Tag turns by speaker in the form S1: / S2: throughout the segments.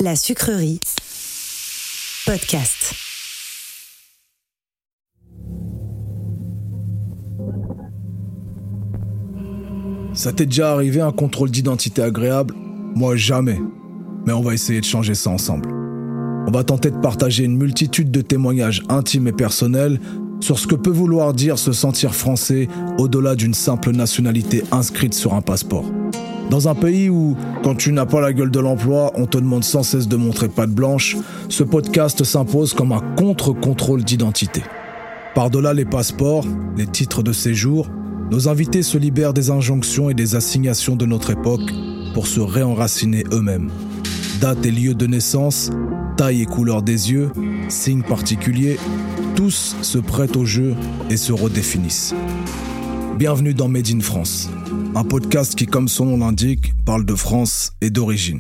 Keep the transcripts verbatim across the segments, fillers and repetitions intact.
S1: La Sucrerie Podcast.
S2: Ça t'est déjà arrivé un contrôle d'identité agréable ? Moi, jamais. Mais on va essayer de changer ça ensemble. On va tenter de partager une multitude de témoignages intimes et personnels sur ce que peut vouloir dire se sentir français au-delà d'une simple nationalité inscrite sur un passeport. Dans un pays où, quand tu n'as pas la gueule de l'emploi, on te demande sans cesse de montrer patte blanche, ce podcast s'impose comme un contre-contrôle d'identité. Par-delà les passeports, les titres de séjour, nos invités se libèrent des injonctions et des assignations de notre époque pour se réenraciner eux-mêmes. Date et lieu de naissance, taille et couleur des yeux, signes particuliers, tous se prêtent au jeu et se redéfinissent. Bienvenue dans Made in France, un podcast qui, comme son nom l'indique, parle de France et d'origine.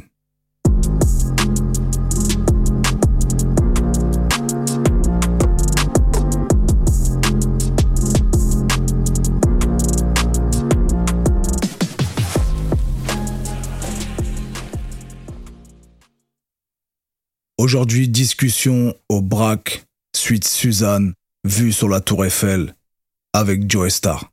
S2: Aujourd'hui, discussion au Brac, suite Suzanne, vue sur la Tour Eiffel, avec Joey Star.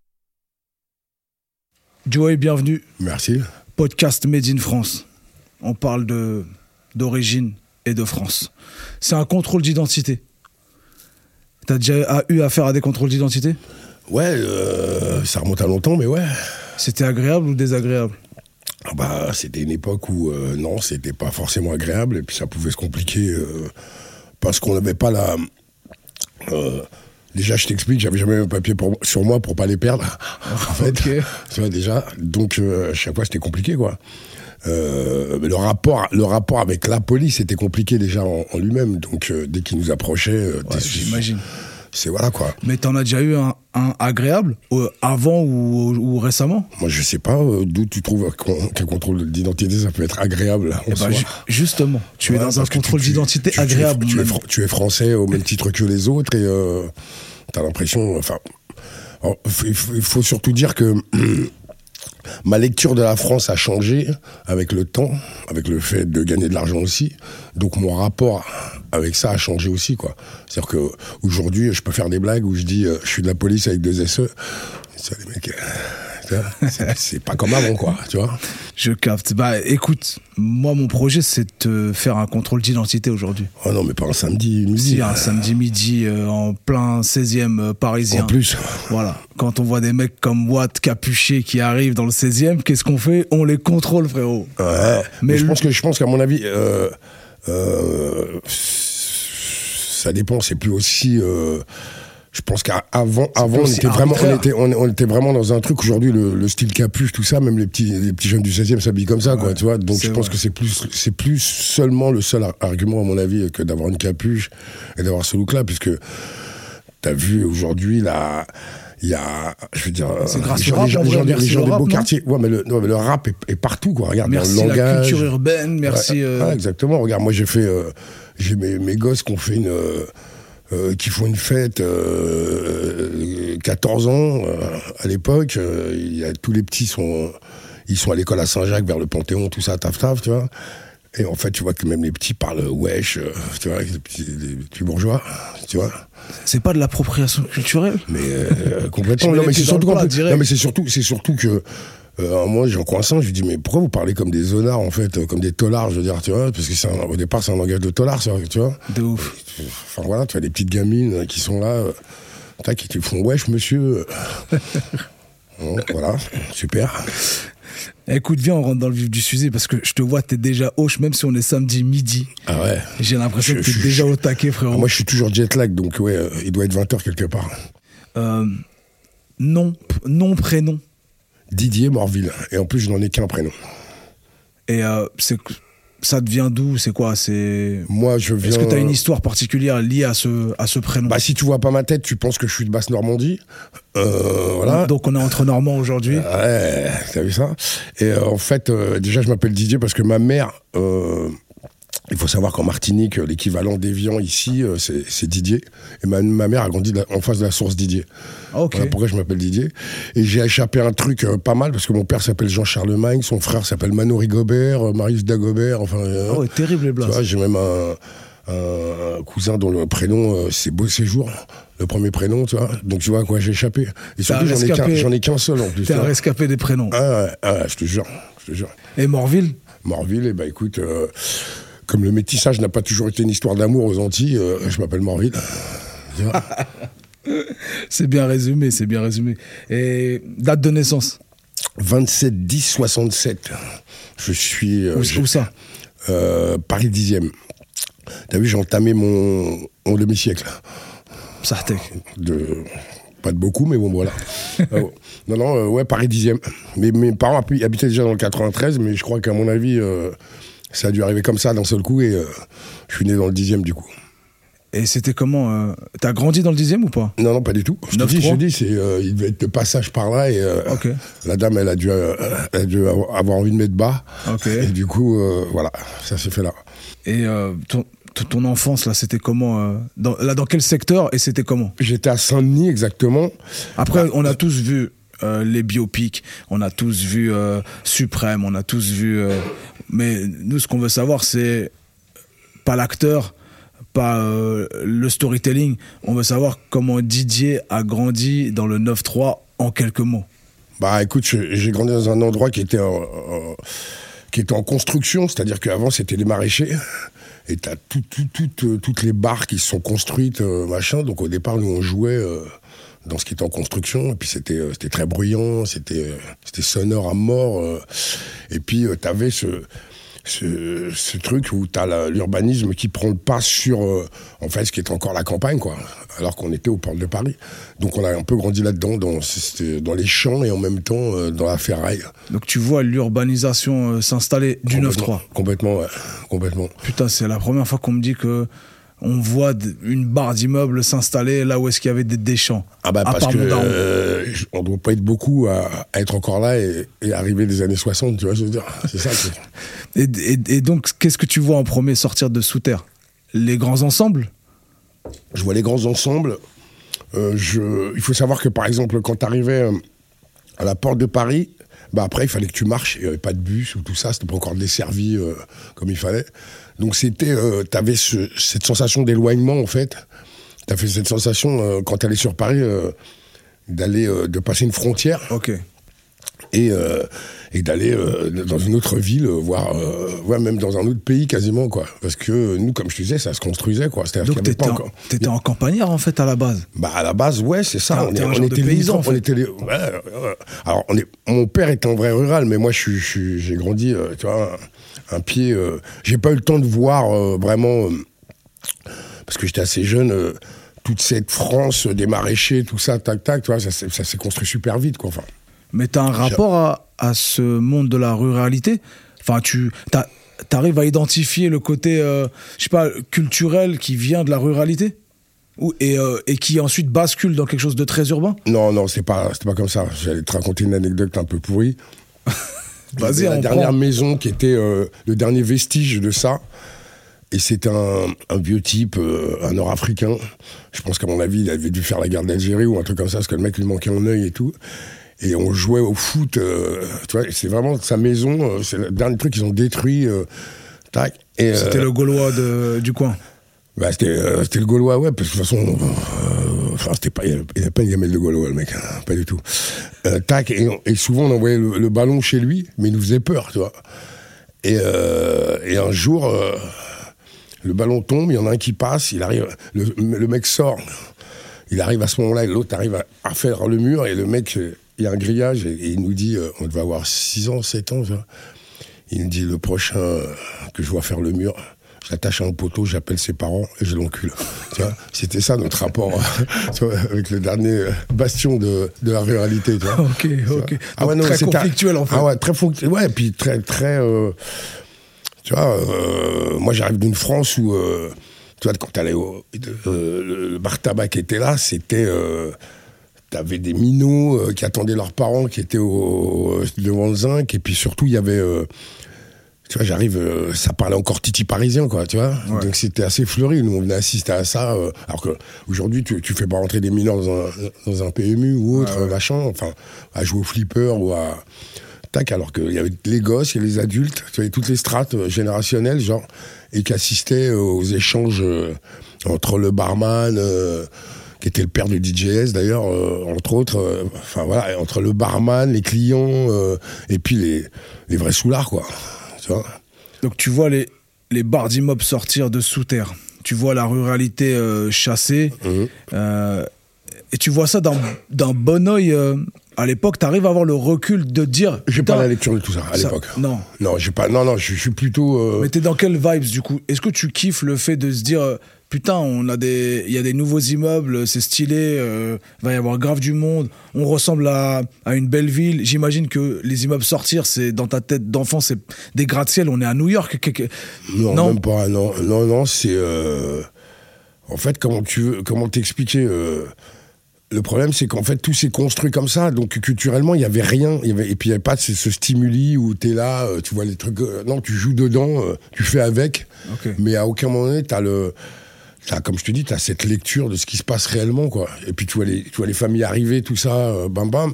S2: Joey, bienvenue.
S3: Merci.
S2: Podcast Made in France. On parle de, d'origine et de France. C'est un contrôle d'identité. T'as déjà eu affaire à des contrôles d'identité ?
S3: Ouais, euh, ça remonte à longtemps, mais ouais.
S2: C'était agréable ou désagréable ?
S3: Ah bah, c'était une époque où, euh, non, c'était pas forcément agréable, et puis ça pouvait se compliquer, euh, parce qu'on n'avait pas la... Euh, déjà, je t'explique, j'avais jamais un papier pour, sur moi pour pas les perdre, en fait.
S2: Okay.
S3: Tu vois, déjà, donc, euh, chaque fois, c'était compliqué, quoi. Euh, mais le rapport, le rapport avec la police était compliqué déjà en, en lui-même, donc euh, dès qu'il nous approchait... Euh,
S2: ouais, j'imagine.
S3: C'est voilà, quoi.
S2: Mais t'en as déjà eu un, un agréable, euh, avant ou, ou récemment ?
S3: Moi, je sais pas euh, d'où tu trouves qu'un contrôle d'identité, ça peut être agréable.
S2: Eh ben, ju- justement, tu ouais, es dans un contrôle
S3: tu,
S2: d'identité
S3: tu,
S2: agréable.
S3: Tu, tu, tu, es, tu es français au même titre que les autres et euh, t'as l'impression... Enfin, il faut, faut surtout dire que ma lecture de la France a changé avec le temps, avec le fait de gagner de l'argent aussi. Donc mon rapport avec ça a changé aussi, quoi. C'est-à-dire qu'aujourd'hui, je peux faire des blagues où je dis euh, je suis de la police avec deux S E. Ça, les mecs, euh, c'est, c'est pas comme avant, quoi, tu vois.
S2: Je capte. Bah écoute, moi mon projet c'est de te faire un contrôle d'identité aujourd'hui.
S3: Oh non, mais pas un samedi midi.
S2: Si, un samedi midi euh, en plein seizième euh, parisien.
S3: En plus.
S2: Voilà. Quand on voit des mecs comme Watt, capuchés qui arrivent dans le seizième, qu'est-ce qu'on fait ? On les contrôle, frérot.
S3: Ouais. Mais, mais je, le... pense que, je pense qu'à mon avis, euh, euh, ça dépend. C'est plus aussi... Euh, je pense qu'avant, avant, on était vraiment, on était, on, on était vraiment dans un truc. Aujourd'hui, le, le style capuche, tout ça, même les petits, les petits jeunes du seizième s'habillent comme ça, ouais, quoi, tu vois. Donc, je pense vrai. que c'est plus, c'est plus seulement le seul argument, à mon avis, que d'avoir une capuche et d'avoir ce look-là, puisque t'as vu aujourd'hui, là, il y a, je veux dire,
S2: c'est grâce
S3: les gens,
S2: au rap,
S3: les gens, les gens, les gens des beaux
S2: non
S3: quartiers. Ouais, mais le, non, mais le rap est, est partout, quoi. Regarde,
S2: merci
S3: dans le langage.
S2: La culture urbaine, merci.
S3: Ouais,
S2: euh...
S3: ouais, exactement. Regarde, moi, j'ai fait, euh, j'ai mes, mes gosses qui ont fait une, euh, Euh, qui font une fête euh, quatorze ans euh, à l'époque, euh, il y a, tous les petits sont ils sont à l'école à Saint-Jacques vers le Panthéon, tout ça, taf taf, tu vois. Et en fait, tu vois que même les petits parlent wesh, euh, tu vois, les petits, les petits bourgeois, tu vois.
S2: C'est pas de l'appropriation culturelle ?
S3: Mais euh, complètement. non, mais c'est surtout plat, non, mais c'est surtout, c'est surtout que Euh, moi, j'ai un coincant, je lui dis, mais pourquoi vous parlez comme des zonards, en fait, comme des tolards, je veux dire, tu vois, parce que c'est un, au départ, c'est un langage de tolard, tu vois.
S2: De ouf.
S3: Enfin, voilà, tu vois, des petites gamines qui sont là, euh, qui te font, wesh, monsieur. Bon, voilà, super.
S2: Écoute, viens, on rentre dans le vif du sujet, parce que je te vois, t'es déjà hoche, même si on est samedi midi.
S3: Ah ouais.
S2: J'ai l'impression
S3: je,
S2: que t'es
S3: je,
S2: déjà
S3: je,
S2: au taquet, frérot.
S3: Ah, moi, je suis toujours jet lag, donc ouais, euh, il doit être vingt heures quelque part.
S2: Euh, nom, nom, prénom.
S3: Didier Morville. Et en plus, je n'en ai qu'un prénom.
S2: Et euh, c'est, ça te vient d'où ? C'est quoi ? C'est...
S3: Moi, je viens...
S2: Est-ce que tu as une histoire particulière liée à ce, à ce prénom ?
S3: Bah, si tu vois pas ma tête, tu penses que je suis de Basse-Normandie. Euh, voilà.
S2: Donc, on est entre Normands aujourd'hui.
S3: Euh, ouais, t'as vu ça ? Et euh, en fait, euh, déjà, je m'appelle Didier parce que ma mère... Euh, il faut savoir qu'en Martinique, l'équivalent d'Évian ici, c'est, c'est Didier. Et ma, ma mère a grandi en face de la source Didier.
S2: Okay.
S3: Voilà pourquoi je m'appelle Didier. Et j'ai échappé un truc euh, pas mal, parce que mon père s'appelle Jean Charlemagne, son frère s'appelle Mano Rigobert, euh, Marius Dagobert, enfin... Euh,
S2: oh, terrible les blagues.
S3: Tu vois, j'ai même un, un cousin dont le prénom, euh, c'est Beau Séjour, le premier prénom, tu vois. Donc tu vois à quoi j'ai échappé. Et surtout, j'en ai, qu'un, j'en ai qu'un seul en plus.
S2: T'es un rescapé des prénoms.
S3: Ah ouais, ah ouais, je te jure, je te jure.
S2: Et Morville
S3: Morville, eh ben écoute... Euh, Comme le métissage n'a pas toujours été une histoire d'amour aux Antilles, euh, je m'appelle Morville.
S2: C'est bien résumé, c'est bien résumé. Et date de naissance
S3: vingt-sept dix soixante-sept. Je suis... Euh,
S2: où, où ça
S3: euh, Paris dixième. T'as vu, j'ai entamé mon, mon demi-siècle.
S2: Ça t'es...
S3: De... Pas de beaucoup, mais bon, voilà. euh, non, non, euh, ouais, Paris dixième. Mais mes parents habitaient déjà dans le quatre-vingt-treize, mais je crois qu'à mon avis... Euh, ça a dû arriver comme ça d'un seul coup et euh, je suis né dans le dixième du coup.
S2: Et c'était comment euh, t'as grandi dans le dixième ou pas?
S3: Non, non, pas du tout. Je te dis, je dis c'est, euh, il devait être de passage par là et euh, okay. La dame, elle a, dû, euh, elle a dû avoir envie de mettre bas. Okay. Et du coup, euh, voilà, ça s'est fait là.
S2: Et euh, ton, ton enfance, là, c'était comment euh, dans, là, dans quel secteur et c'était comment?
S3: J'étais à Saint-Denis, exactement.
S2: Après, on a tous vu... Euh, les biopics, on a tous vu euh, Suprême, on a tous vu... Euh, mais nous, ce qu'on veut savoir, c'est pas l'acteur, pas euh, le storytelling. On veut savoir comment Didier a grandi dans le neuf trois en quelques mots.
S3: Bah écoute, j'ai grandi dans un endroit qui était en, en, qui était en construction, c'est-à-dire qu'avant, c'était les maraîchers. Et t'as tout, tout, tout, toutes les bars qui se sont construites, euh, machin. Donc au départ, nous, on jouait... Euh, dans ce qui était en construction, et puis c'était euh, c'était très bruyant, c'était euh, c'était sonore à mort, euh, et puis euh, t'avais ce ce ce truc où t'as la, l'urbanisme qui prend le pas sur euh, en fait ce qui est encore la campagne, quoi, alors qu'on était aux portes de Paris. Donc on a un peu grandi là-dedans, dans dans les champs et en même temps euh, dans la ferraille.
S2: Donc tu vois l'urbanisation euh, s'installer du neuf trois.
S3: Complètement, ouais, complètement.
S2: Putain, c'est la première fois qu'on me dit que on voit une barre d'immeubles s'installer là où est-ce qu'il y avait des, des champs.
S3: Ah bah parce que euh, on doit pas être beaucoup à, à être encore là et, et arriver des années soixante, tu vois, je veux dire. C'est ça.
S2: et, et, et donc, qu'est-ce que tu vois en premier sortir de sous terre? Les grands ensembles?
S3: Je vois les grands ensembles. Euh, je, il faut savoir que par exemple, quand tu arrivais à la porte de Paris, bah après il fallait que tu marches, il n'y avait pas de bus ou tout ça, c'était pas encore desservi euh, comme il fallait. Donc c'était, euh, t'avais ce, cette sensation d'éloignement en fait. T'as fait cette sensation euh, quand t'allais sur Paris euh, d'aller, euh, de passer une frontière.
S2: Ok.
S3: Et euh, et d'aller euh, dans une autre ville, voire, euh, voire même dans un autre pays quasiment quoi. Parce que nous, comme je te disais, ça se construisait quoi.
S2: C'est-à-dire donc t'étais, pas en, encore... t'étais en campagnard en fait à la base.
S3: Bah à la base ouais c'est ça.
S2: Ah, on, est, on était paysans en fait.
S3: On était les... ouais, ouais. Alors on est, mon père est un vrai rural, mais moi je suis, je suis, j'ai grandi, euh, tu vois. Un pied, euh, j'ai pas eu le temps de voir euh, vraiment, euh, parce que j'étais assez jeune, euh, toute cette France des maraîchers, tout ça, tac, tac, tu vois, ça, ça s'est construit super vite, quoi. Enfin,
S2: mais t'as un rapport à, à ce monde de la ruralité? Enfin, tu t'arrives à identifier le côté, euh, je sais pas, culturel qui vient de la ruralité? Ou, et, euh, et qui ensuite bascule dans quelque chose de très urbain?
S3: Non, non, c'est pas, c'est pas comme ça. J'allais te raconter une anecdote un peu pourrie.
S2: Vas-y,
S3: la dernière prend. maison qui était euh, le dernier vestige de ça, et c'est un, un vieux type, euh, un nord-africain. Je pense qu'à mon avis, il avait dû faire la guerre d'Algérie ou un truc comme ça, parce que le mec lui manquait un œil et tout. Et on jouait au foot, euh, tu vois, c'est vraiment sa maison, euh, c'est le dernier truc qu'ils ont détruit. Euh, tac. Et,
S2: c'était euh, le Gaulois de, du coin.
S3: Bah c'était, euh, c'était le Gaulois, ouais, parce que de toute façon, euh, enfin, c'était pas, il n'y a pas une gamelle de Gaulois, le mec, hein, pas du tout. Euh, tac, et, et souvent on envoyait le, le ballon chez lui, mais il nous faisait peur, tu vois. Et, euh, et un jour, euh, le ballon tombe, il y en a un qui passe, il arrive, le, le mec sort, il arrive à ce moment-là, et l'autre arrive à, à faire le mur, et le mec, il y a un grillage, et, et il nous dit, euh, on devait avoir six ans, sept ans, tu vois. Il nous dit, le prochain euh, que je vois faire le mur, j'attache à un poteau, j'appelle ses parents et je l'encule. Tu vois, c'était ça notre rapport tu vois, avec le dernier bastion de, de la ruralité. Tu vois.
S2: Ok, ok. Ah ouais, non, très conflictuel en fait.
S3: Ah ouais, très conflictuel. Ouais, et puis très, très. Euh, tu vois, euh, moi j'arrive d'une France où, euh, tu vois, quand t'allais au euh, le bar tabac qui était là, c'était. Euh, T'avais des minots euh, qui attendaient leurs parents qui étaient au, devant le zinc, et puis surtout il y avait. Euh, tu vois, j'arrive, euh, ça parlait encore titi parisien, quoi, tu vois. Ouais. Donc c'était assez fleuri. Nous, on venait assister à ça. Euh, alors qu'aujourd'hui, tu, tu fais pas rentrer des mineurs dans un, dans un P M U ou autre, ouais, ouais. machin, enfin, à jouer au flipper ou à. Tac, alors qu'il y avait les gosses, il y avait les adultes, tu vois, toutes les strates euh, générationnelles, genre, et qui assistaient euh, aux échanges euh, entre le barman, euh, qui était le père du D J S d'ailleurs, euh, entre autres, euh, enfin voilà, entre le barman, les clients, euh, et puis les, les vrais soulards, quoi. Tu vois.
S2: Donc tu vois les, les bars d'immeubles sortir de sous terre, tu vois la ruralité euh, chassée, mmh. euh, et tu vois ça d'un, d'un bon oeil. Euh, à l'époque, t'arrives à avoir le recul de dire.
S3: J'ai pas la lecture de tout ça à ça, l'époque.
S2: Non.
S3: Non, j'ai pas. Non, non, je, je suis plutôt. Euh...
S2: Mais t'es dans quelle vibes du coup? Est-ce que tu kiffes le fait de se dire euh, putain, on a des, il y a des nouveaux immeubles, c'est stylé, euh, va y avoir grave du monde, on ressemble à, à une belle ville. J'imagine que les immeubles sortir, c'est dans ta tête d'enfant, c'est des gratte-ciel. On est à New York.
S3: Non, non, même pas. Non, non, non, c'est. Euh... En fait, comment tu veux, comment t'expliquer euh... Le problème, c'est qu'en fait, tout s'est construit comme ça. Donc, culturellement, il n'y avait rien. Y avait, et puis, il n'y avait pas ce, ce stimuli où tu es là, euh, tu vois les trucs. Euh, non, tu joues dedans, euh, tu fais avec. Okay. Mais à aucun moment donné, tu as le. T'as, comme je te dis, tu as cette lecture de ce qui se passe réellement, quoi. Et puis, tu vois les, tu vois les familles arriver, tout ça, euh, bam, bam.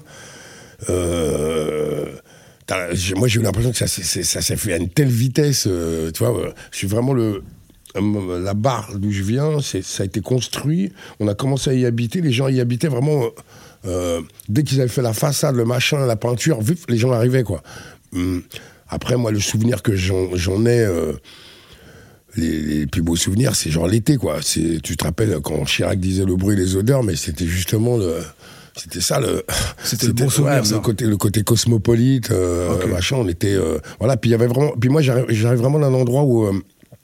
S3: Euh, moi, j'ai eu l'impression que ça, c'est, ça s'est fait à une telle vitesse. Euh, tu vois, euh, je suis vraiment le. La barre d'où je viens, c'est, ça a été construit, on a commencé à y habiter, les gens y habitaient vraiment, euh, dès qu'ils avaient fait la façade, le machin, la peinture, vif, les gens arrivaient, quoi. Hum. Après, moi, le souvenir que j'en, j'en ai, euh, les, les plus beaux souvenirs, c'est genre l'été, quoi. C'est, tu te rappelles quand Chirac disait le bruit, les odeurs, mais c'était justement le... C'était ça le.
S2: C'était, c'était le bon souvenir,
S3: ouais,
S2: ça.
S3: Le côté, le côté cosmopolite, euh, okay. machin, on était. Euh, voilà, puis il y avait vraiment. Puis moi, j'arrive, j'arrive vraiment d'un endroit où. Euh,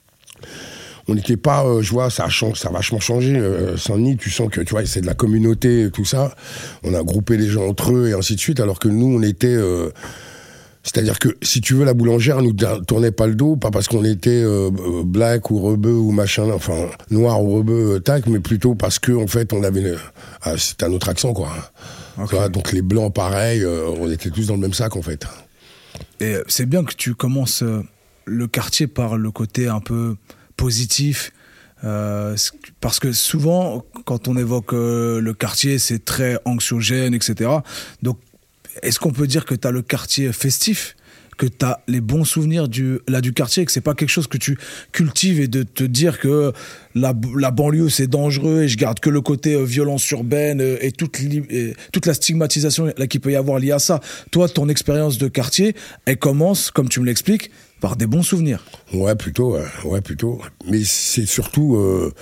S3: On n'était pas, euh, je vois, ça a, changé, ça a vachement changé. Euh, Saint-Denis, tu sens que, tu vois, c'est de la communauté et tout ça. On a groupé les gens entre eux et ainsi de suite, alors que nous, on était... Euh, c'est-à-dire que, si tu veux, la boulangère nous tournait pas le dos, pas parce qu'on était euh, black ou rebeu ou machin, enfin, noir ou rebeu, tac, mais plutôt parce que, en fait, on avait... Le, ah, c'était un autre accent, quoi. Okay. Vois, donc les blancs, pareil, euh, on était tous dans le même sac, en fait.
S2: Et c'est bien que tu commences euh, le quartier par le côté un peu... positif, euh, parce que souvent, quand on évoque euh, le quartier, c'est très anxiogène, et cetera. Donc, est-ce qu'on peut dire que tu as le quartier festif, que tu as les bons souvenirs du, là, du quartier, que c'est pas quelque chose que tu cultives et de te dire que la, la banlieue, c'est dangereux et je garde que le côté euh, violence urbaine euh, et, toute li- et toute la stigmatisation là, qu'il peut y avoir liée à ça. Toi, ton expérience de quartier, elle commence, comme tu me l'expliques, par des bons souvenirs.
S3: Ouais, plutôt, ouais, ouais plutôt. Mais c'est surtout... Euh,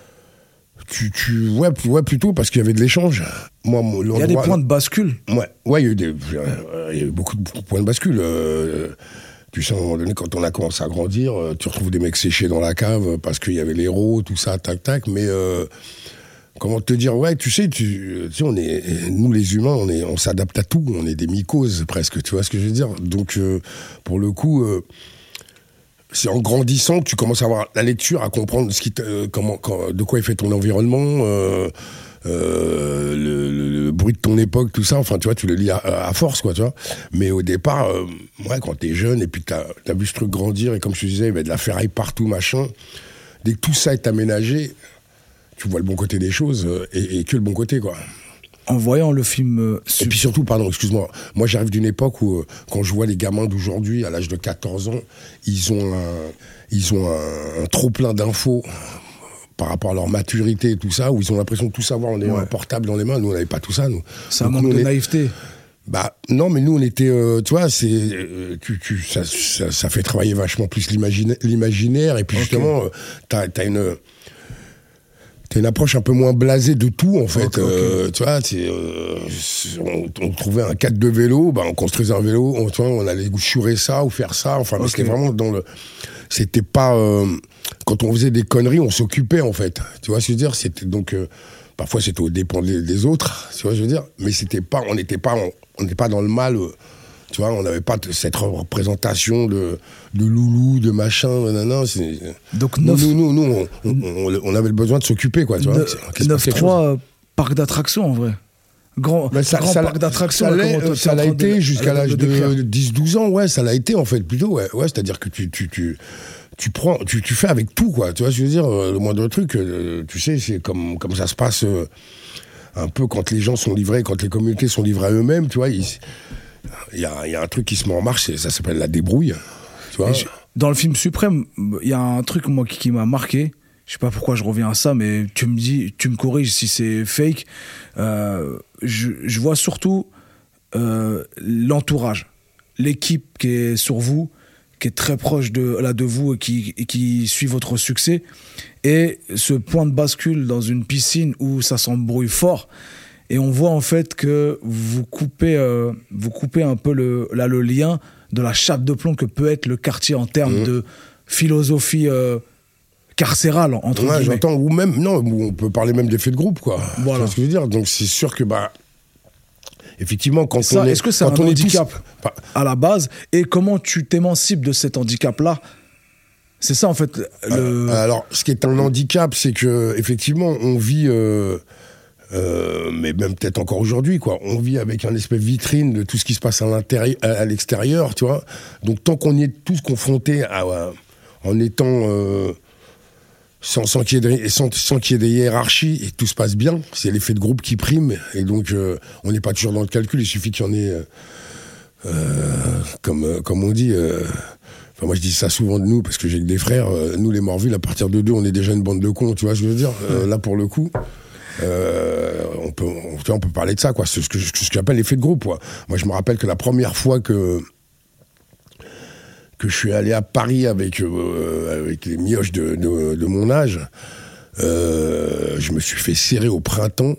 S3: tu, tu, ouais, ouais, plutôt parce qu'il y avait de l'échange. Moi,
S2: il y a des points de bascule.
S3: Ouais, ouais il y a eu, des, il y a eu beaucoup de points de bascule. Euh, tu sais, à un moment donné, quand on a commencé à grandir, tu retrouves des mecs séchés dans la cave parce qu'il y avait l'héros, tout ça, tac, tac. Mais... Euh, comment te dire, ouais, tu sais, tu, tu sais, on est, nous les humains, on est, on s'adapte à tout, on est des mycoses presque, tu vois ce que je veux dire. Donc, euh, pour le coup, euh, c'est en grandissant que tu commences à avoir la lecture, à comprendre ce qui, euh, comment, quand, de quoi est fait ton environnement, euh, euh, le, le, le bruit de ton époque, tout ça. Enfin, tu vois, tu le lis à, à force, quoi, tu vois. Mais au départ, euh, ouais, quand t'es jeune et puis t'as, t'as vu ce truc grandir et comme je te disais, bah, de la ferraille partout, machin. Dès que tout ça est aménagé. Tu vois le bon côté des choses et, et que le bon côté, quoi.
S2: En voyant le film... Euh,
S3: et puis surtout, pardon, excuse-moi, moi j'arrive d'une époque où, euh, quand je vois les gamins d'aujourd'hui, à l'âge de quatorze ans, ils ont un, ils ont un, un trop-plein d'infos par rapport à leur maturité et tout ça, où ils ont l'impression de tout savoir en ayant ouais. un portable dans les mains. Nous, on n'avait pas tout ça, nous.
S2: C'est un manque de
S3: est...
S2: naïveté.
S3: Bah non, mais nous on était, euh, tu vois, c'est, euh, tu, tu, ça, ça, ça fait travailler vachement plus l'imagina- l'imaginaire et puis okay. justement, euh, t'as, t'as une... T'as une approche un peu moins blasée de tout, en fait. Okay, euh, okay. Tu vois, c'est, euh, on, on trouvait un cadre de vélo, bah, on construisait un vélo, on, tu vois, on allait chourer ça ou faire ça. Enfin, okay. mais c'était vraiment dans le... C'était pas... Euh, quand on faisait des conneries, on s'occupait, en fait. Tu vois ce que je veux dire? C'était donc... Euh, parfois, c'était au dépend des, des autres, tu vois ce que je veux dire? Mais c'était pas... On n'était pas, on n'était pas dans le mal... Euh, tu vois, on n'avait pas cette représentation de, de loulou, de machin, nanana. C'est...
S2: Donc,
S3: nous, nous, nous, nous on, on, on avait le besoin de s'occuper, quoi. Tu vois,
S2: neuf trois, parc d'attractions, en vrai. grand,
S3: ben ça,
S2: grand
S3: ça,
S2: parc d'attractions.
S3: Ça, l'a, ça l'a été de, jusqu'à l'âge de dix douze ans, ouais, ça l'a été en fait, plutôt, ouais. ouais c'est-à-dire que tu, tu, tu, tu, prends, tu, tu fais avec tout, quoi. Tu vois ce que je veux dire, le moindre truc, tu sais, c'est comme, comme ça se passe euh, un peu quand les gens sont livrés, quand les communautés sont livrées à eux-mêmes, tu vois. Il y a, y a un truc qui se met en marche, ça s'appelle la débrouille, tu vois.
S2: Je, dans le film Suprême, il y a un truc, moi, qui, qui m'a marqué. Je sais pas pourquoi je reviens à ça, mais tu me dis, tu me corriges si c'est fake. Euh, je, je vois surtout euh, l'entourage, l'équipe qui est sur vous, qui est très proche de, là, de vous et qui, et qui suit votre succès. Et ce point de bascule dans une piscine où ça s'embrouille fort. Et on voit en fait que vous coupez, euh, vous coupez un peu le, là, le lien de la chape de plomb que peut être le quartier en termes mmh. de philosophie euh, carcérale, entre
S3: ouais,
S2: guillemets.
S3: J'entends, ou même, non, on peut parler même d'effet de groupe, quoi.
S2: Voilà.
S3: Tu vois ce que je veux dire. Donc c'est sûr que, bah, effectivement, quand
S2: ça,
S3: on est...
S2: Est-ce que c'est un handicap tous... à la base? Et comment tu t'émancipes de cet handicap-là? C'est ça, en fait, le...
S3: Euh, alors, ce qui est un handicap, c'est que, effectivement, on vit... Euh, euh, mais même peut-être encore aujourd'hui, quoi. On vit avec un espèce de vitrine de tout ce qui se passe à l'intérieur, à l'extérieur, tu vois. Donc, tant qu'on y est tous confrontés à, à, en étant... Euh, Sans, sans qu'il y ait de, sans, sans qu'il y ait des hiérarchies, et tout se passe bien, c'est l'effet de groupe qui prime, et donc euh, on n'est pas toujours dans le calcul, il suffit qu'il y en ait, euh, euh, comme, euh, comme on dit, euh, enfin moi je dis ça souvent de nous, parce que j'ai que des frères, euh, nous les Morville, à partir de deux, on est déjà une bande de cons, tu vois ce que je veux dire, euh, là pour le coup, euh, on, peut, on, tu vois, on peut parler de ça, quoi, c'est ce que, ce que j'appelle l'effet de groupe, quoi. Moi je me rappelle que la première fois que que je suis allé à Paris avec, euh, avec les mioches de, de, de mon âge, euh, je me suis fait serrer au printemps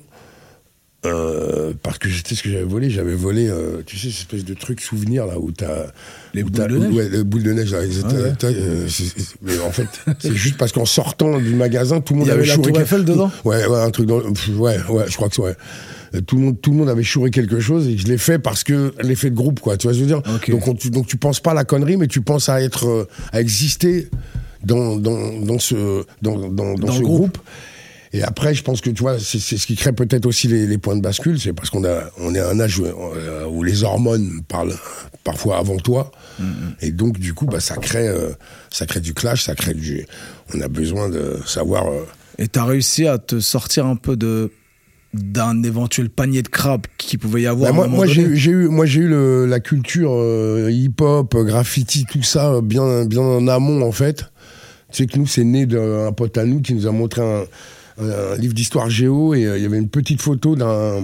S3: euh, parce que c'était ce que j'avais volé. J'avais volé, euh, tu sais, cette espèce de truc souvenir là où t'as...
S2: Les
S3: où
S2: boules
S3: t'as,
S2: de neige.
S3: Ouais, les boules de neige. Là, ah ouais. euh, c'est, c'est, mais en fait, c'est juste parce qu'en sortant du magasin, tout le monde
S2: Il y
S3: avait,
S2: avait
S3: chouré...
S2: la Tour Eiffel dedans.
S3: Ouais, ouais, un truc dans... Ouais, ouais, je crois que c'est... Ouais. Tout le, monde, tout le monde avait chouré quelque chose et je l'ai fait parce que l'effet de groupe, quoi, tu vois ce que je veux dire. Okay. Donc, on, tu, donc tu penses pas à la connerie, mais tu penses à être, à exister dans, dans, dans ce, dans, dans, dans
S2: dans
S3: ce
S2: groupe.
S3: groupe. Et après, je pense que tu vois, c'est, c'est ce qui crée peut-être aussi les, les points de bascule, c'est parce qu'on a, on est à un âge où, où les hormones parlent parfois avant toi, mm-hmm. et donc du coup, bah, ça crée, euh, ça crée du clash, ça crée du, on a besoin de savoir. Euh...
S2: Et t'as réussi à te sortir un peu de d'un éventuel panier de crabes qui pouvait y avoir.
S3: Bah moi, moi
S2: j'ai,
S3: j'ai eu, moi j'ai eu le, la culture euh, hip-hop, graffiti, tout ça bien, bien en amont en fait. Tu sais que nous c'est né d'un pote à nous qui nous a montré un, un, un livre d'histoire géo et il euh, y avait une petite photo d'un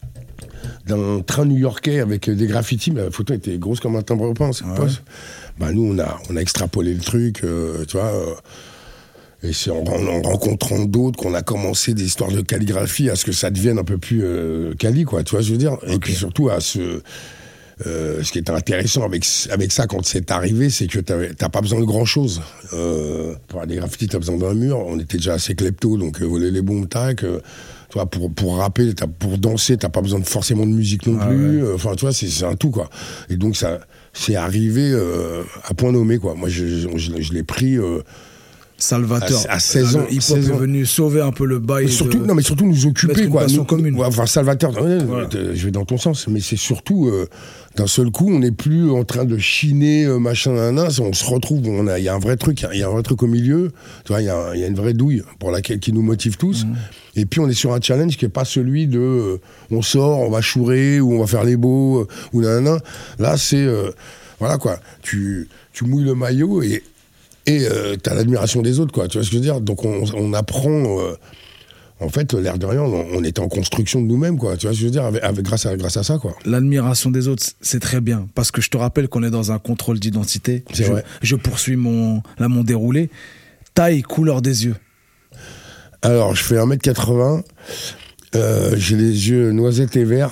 S3: d'un train new-yorkais avec des graffitis, mais la photo était grosse comme un timbre poste. Ouais. Bah nous on a, on a extrapolé le truc, euh, tu vois. Euh, Et c'est en, en rencontrant d'autres qu'on a commencé des histoires de calligraphie à ce que ça devienne un peu plus euh, quali, quoi, tu vois, je veux dire. Okay. Et puis surtout à ce... Euh, ce qui est intéressant avec, avec ça quand c'est arrivé, c'est que t'as pas besoin de grand-chose. Euh, pour des graffitis, t'as besoin d'un mur. On était déjà assez klepto, donc euh, voler les bombes, tac. Euh, tu vois, pour, pour rapper, t'as, pour danser, t'as pas besoin de, forcément de musique non ah plus. Ouais. Enfin, tu vois, c'est, c'est un tout, quoi. Et donc, ça, c'est arrivé euh, à point nommé, quoi. Moi, je, je, je, je l'ai pris... Euh,
S2: Salvateur.
S3: À, à seize ans.
S2: Le hip-hop est venu sauver un peu le bail.
S3: Mais surtout,
S2: de...
S3: non, mais surtout nous occuper, quoi. Nous,
S2: commune.
S3: Ouais, enfin, Salvateur, voilà. Je vais dans ton sens, mais c'est surtout, euh, d'un seul coup, on n'est plus en train de chiner, euh, machin, nan, on se retrouve, il y a un vrai truc, il y, y a un vrai truc au milieu, tu vois, il y, y a une vraie douille pour laquelle, qui nous motive tous. Mmh. Et puis, on est sur un challenge qui n'est pas celui de, euh, on sort, on va chourer, ou on va faire les beaux, euh, ou nan, Là, c'est, euh, voilà, quoi. Tu, tu mouilles le maillot et, Et euh, t'as l'admiration des autres, quoi. Tu vois ce que je veux dire? Donc on, on apprend. Euh, en fait, l'air de rien, on, on est en construction de nous-mêmes, quoi. Tu vois ce que je veux dire? Avec, avec, grâce, à, grâce à ça, quoi.
S2: L'admiration des autres, c'est très bien. Parce que je te rappelle qu'on est dans un contrôle d'identité.
S3: C'est
S2: je,
S3: vrai.
S2: Je poursuis mon, là, mon déroulé. Taille, couleur des yeux.
S3: Alors, je fais un mètre quatre-vingts. Euh, j'ai les yeux noisettes et verts.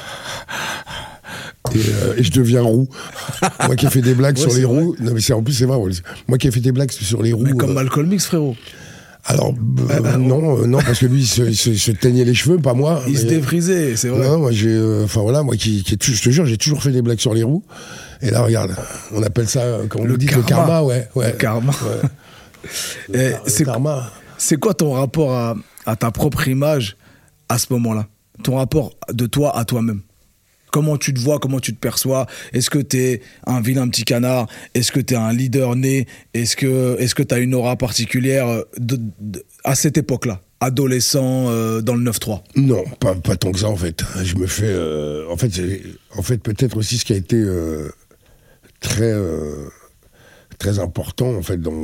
S3: Et, euh, et je deviens roux. Moi qui ai fait des blagues ouais, sur les roues. Non, mais c'est, en plus, c'est vrai. Moi qui ai fait des blagues sur les roues.
S2: Mais comme
S3: euh...
S2: Malcolm X, frérot.
S3: Alors, euh, ah bah, non, euh, non, parce que lui, il se, il se, se teignait les cheveux, pas moi.
S2: Il
S3: mais...
S2: se défrisait, c'est vrai.
S3: Non, moi, j'ai. Enfin, euh, voilà, moi qui, qui. Je te jure, j'ai toujours fait des blagues sur les roues. Et là, regarde, on appelle ça, comme on le dit, karma. le karma, ouais. ouais.
S2: Le karma. Ouais.
S3: le,
S2: et
S3: car-
S2: c'est,
S3: le karma.
S2: C'est quoi ton rapport à, à ta propre image à ce moment-là? ton rapport de toi à toi-même. Comment tu te vois, comment tu te perçois? Est-ce que t'es un vilain petit canard? Est-ce que t'es un leader né? Est-ce que est-ce que t'as une aura particulière de, de, à cette époque-là, adolescent euh, dans le neuf trois?
S3: Non, pas, pas tant que ça en fait. Je me fais... Euh, en fait, en fait peut-être aussi ce qui a été euh, très, euh, très important en fait dans,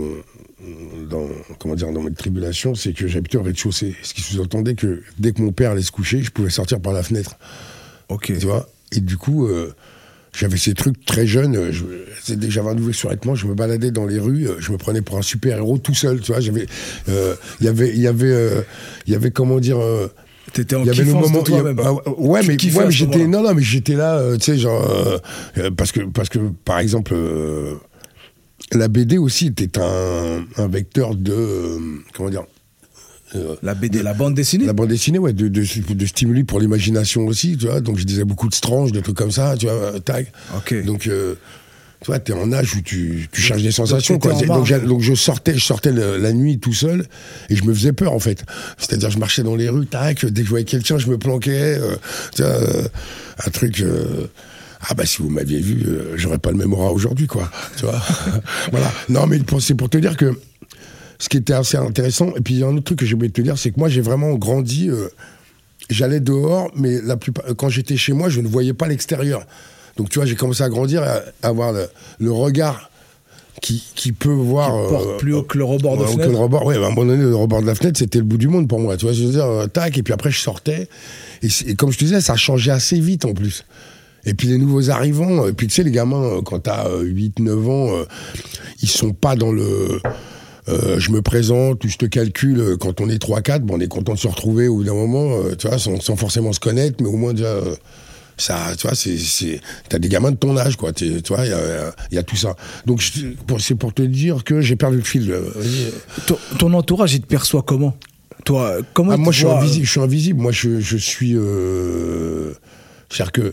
S3: dans, comment dire, dans mes tribulations, c'est que j'habitais au rez-de-chaussée. Ce qui sous-entendait que dès que mon père allait se coucher, je pouvais sortir par la fenêtre.
S2: Ok.
S3: Tu vois? Et du coup, euh, j'avais ces trucs très jeunes. Je, j'avais un nouveau survêtement. Je me baladais dans les rues. Je me prenais pour un super-héros tout seul. Tu vois, j'avais, euh, y avait, il y avait, euh, il y avait comment dire. Euh,
S2: T'étais en kiffance de toi-même.
S3: Ah, ouais, mais, ouais, mais j'étais, non, non, mais j'étais là, euh, tu sais, genre, euh, parce que, parce que, par exemple, euh, la B D aussi était un, un vecteur de, euh, comment dire.
S2: Euh, la B D, de, la bande dessinée
S3: La bande dessinée, ouais, de, de, de stimuli pour l'imagination aussi, tu vois. Donc je disais beaucoup de Strange, des trucs comme ça, tu vois, tag.
S2: Ok.
S3: Donc, euh, tu vois, t'es en âge où tu, tu cherches des sensations, quoi. Donc, donc je sortais, je sortais le, la nuit tout seul et je me faisais peur, en fait. C'est-à-dire, je marchais dans les rues, tac, dès que je voyais quelqu'un, je me planquais, euh, tu vois, euh, un truc... Euh, ah bah si vous m'aviez vu, euh, j'aurais pas le même aura aujourd'hui, quoi, tu vois. Voilà. Non, mais c'est pour te dire que ce qui était assez intéressant, et puis il y a un autre truc que j'ai oublié de te dire, c'est que moi j'ai vraiment grandi, euh, j'allais dehors, mais la plupart, quand j'étais chez moi, je ne voyais pas l'extérieur. Donc tu vois, j'ai commencé à grandir, à avoir le, le regard qui, qui peut voir...
S2: Qui porte euh, plus haut que le rebord de
S3: euh,
S2: fenêtre.
S3: Que le rebord, ouais, à un moment donné, le rebord de la fenêtre, c'était le bout du monde pour moi, tu vois, je veux dire, euh, tac, et puis après je sortais, et, et comme je te disais, ça changeait assez vite en plus. Et puis les nouveaux arrivants, et puis tu sais, les gamins, quand t'as euh, huit neuf ans, euh, ils sont pas dans le... Euh, je me présente, ou je te calcule, quand on est trois quatre, bon, on est content de se retrouver au bout d'un moment, euh, tu vois, sans, sans forcément se connaître, mais au moins déjà, euh, ça, tu vois, c'est, c'est, t'as des gamins de ton âge, quoi, tu vois, il y a, y a tout ça. Donc, je, pour, c'est pour te dire que j'ai perdu le fil. Euh,
S2: ton, ton entourage, il te perçoit comment? Toi, comment
S3: ah, moi, je suis,
S2: vois,
S3: invisible, je suis invisible, moi, je, je suis... Euh, c'est-à-dire que...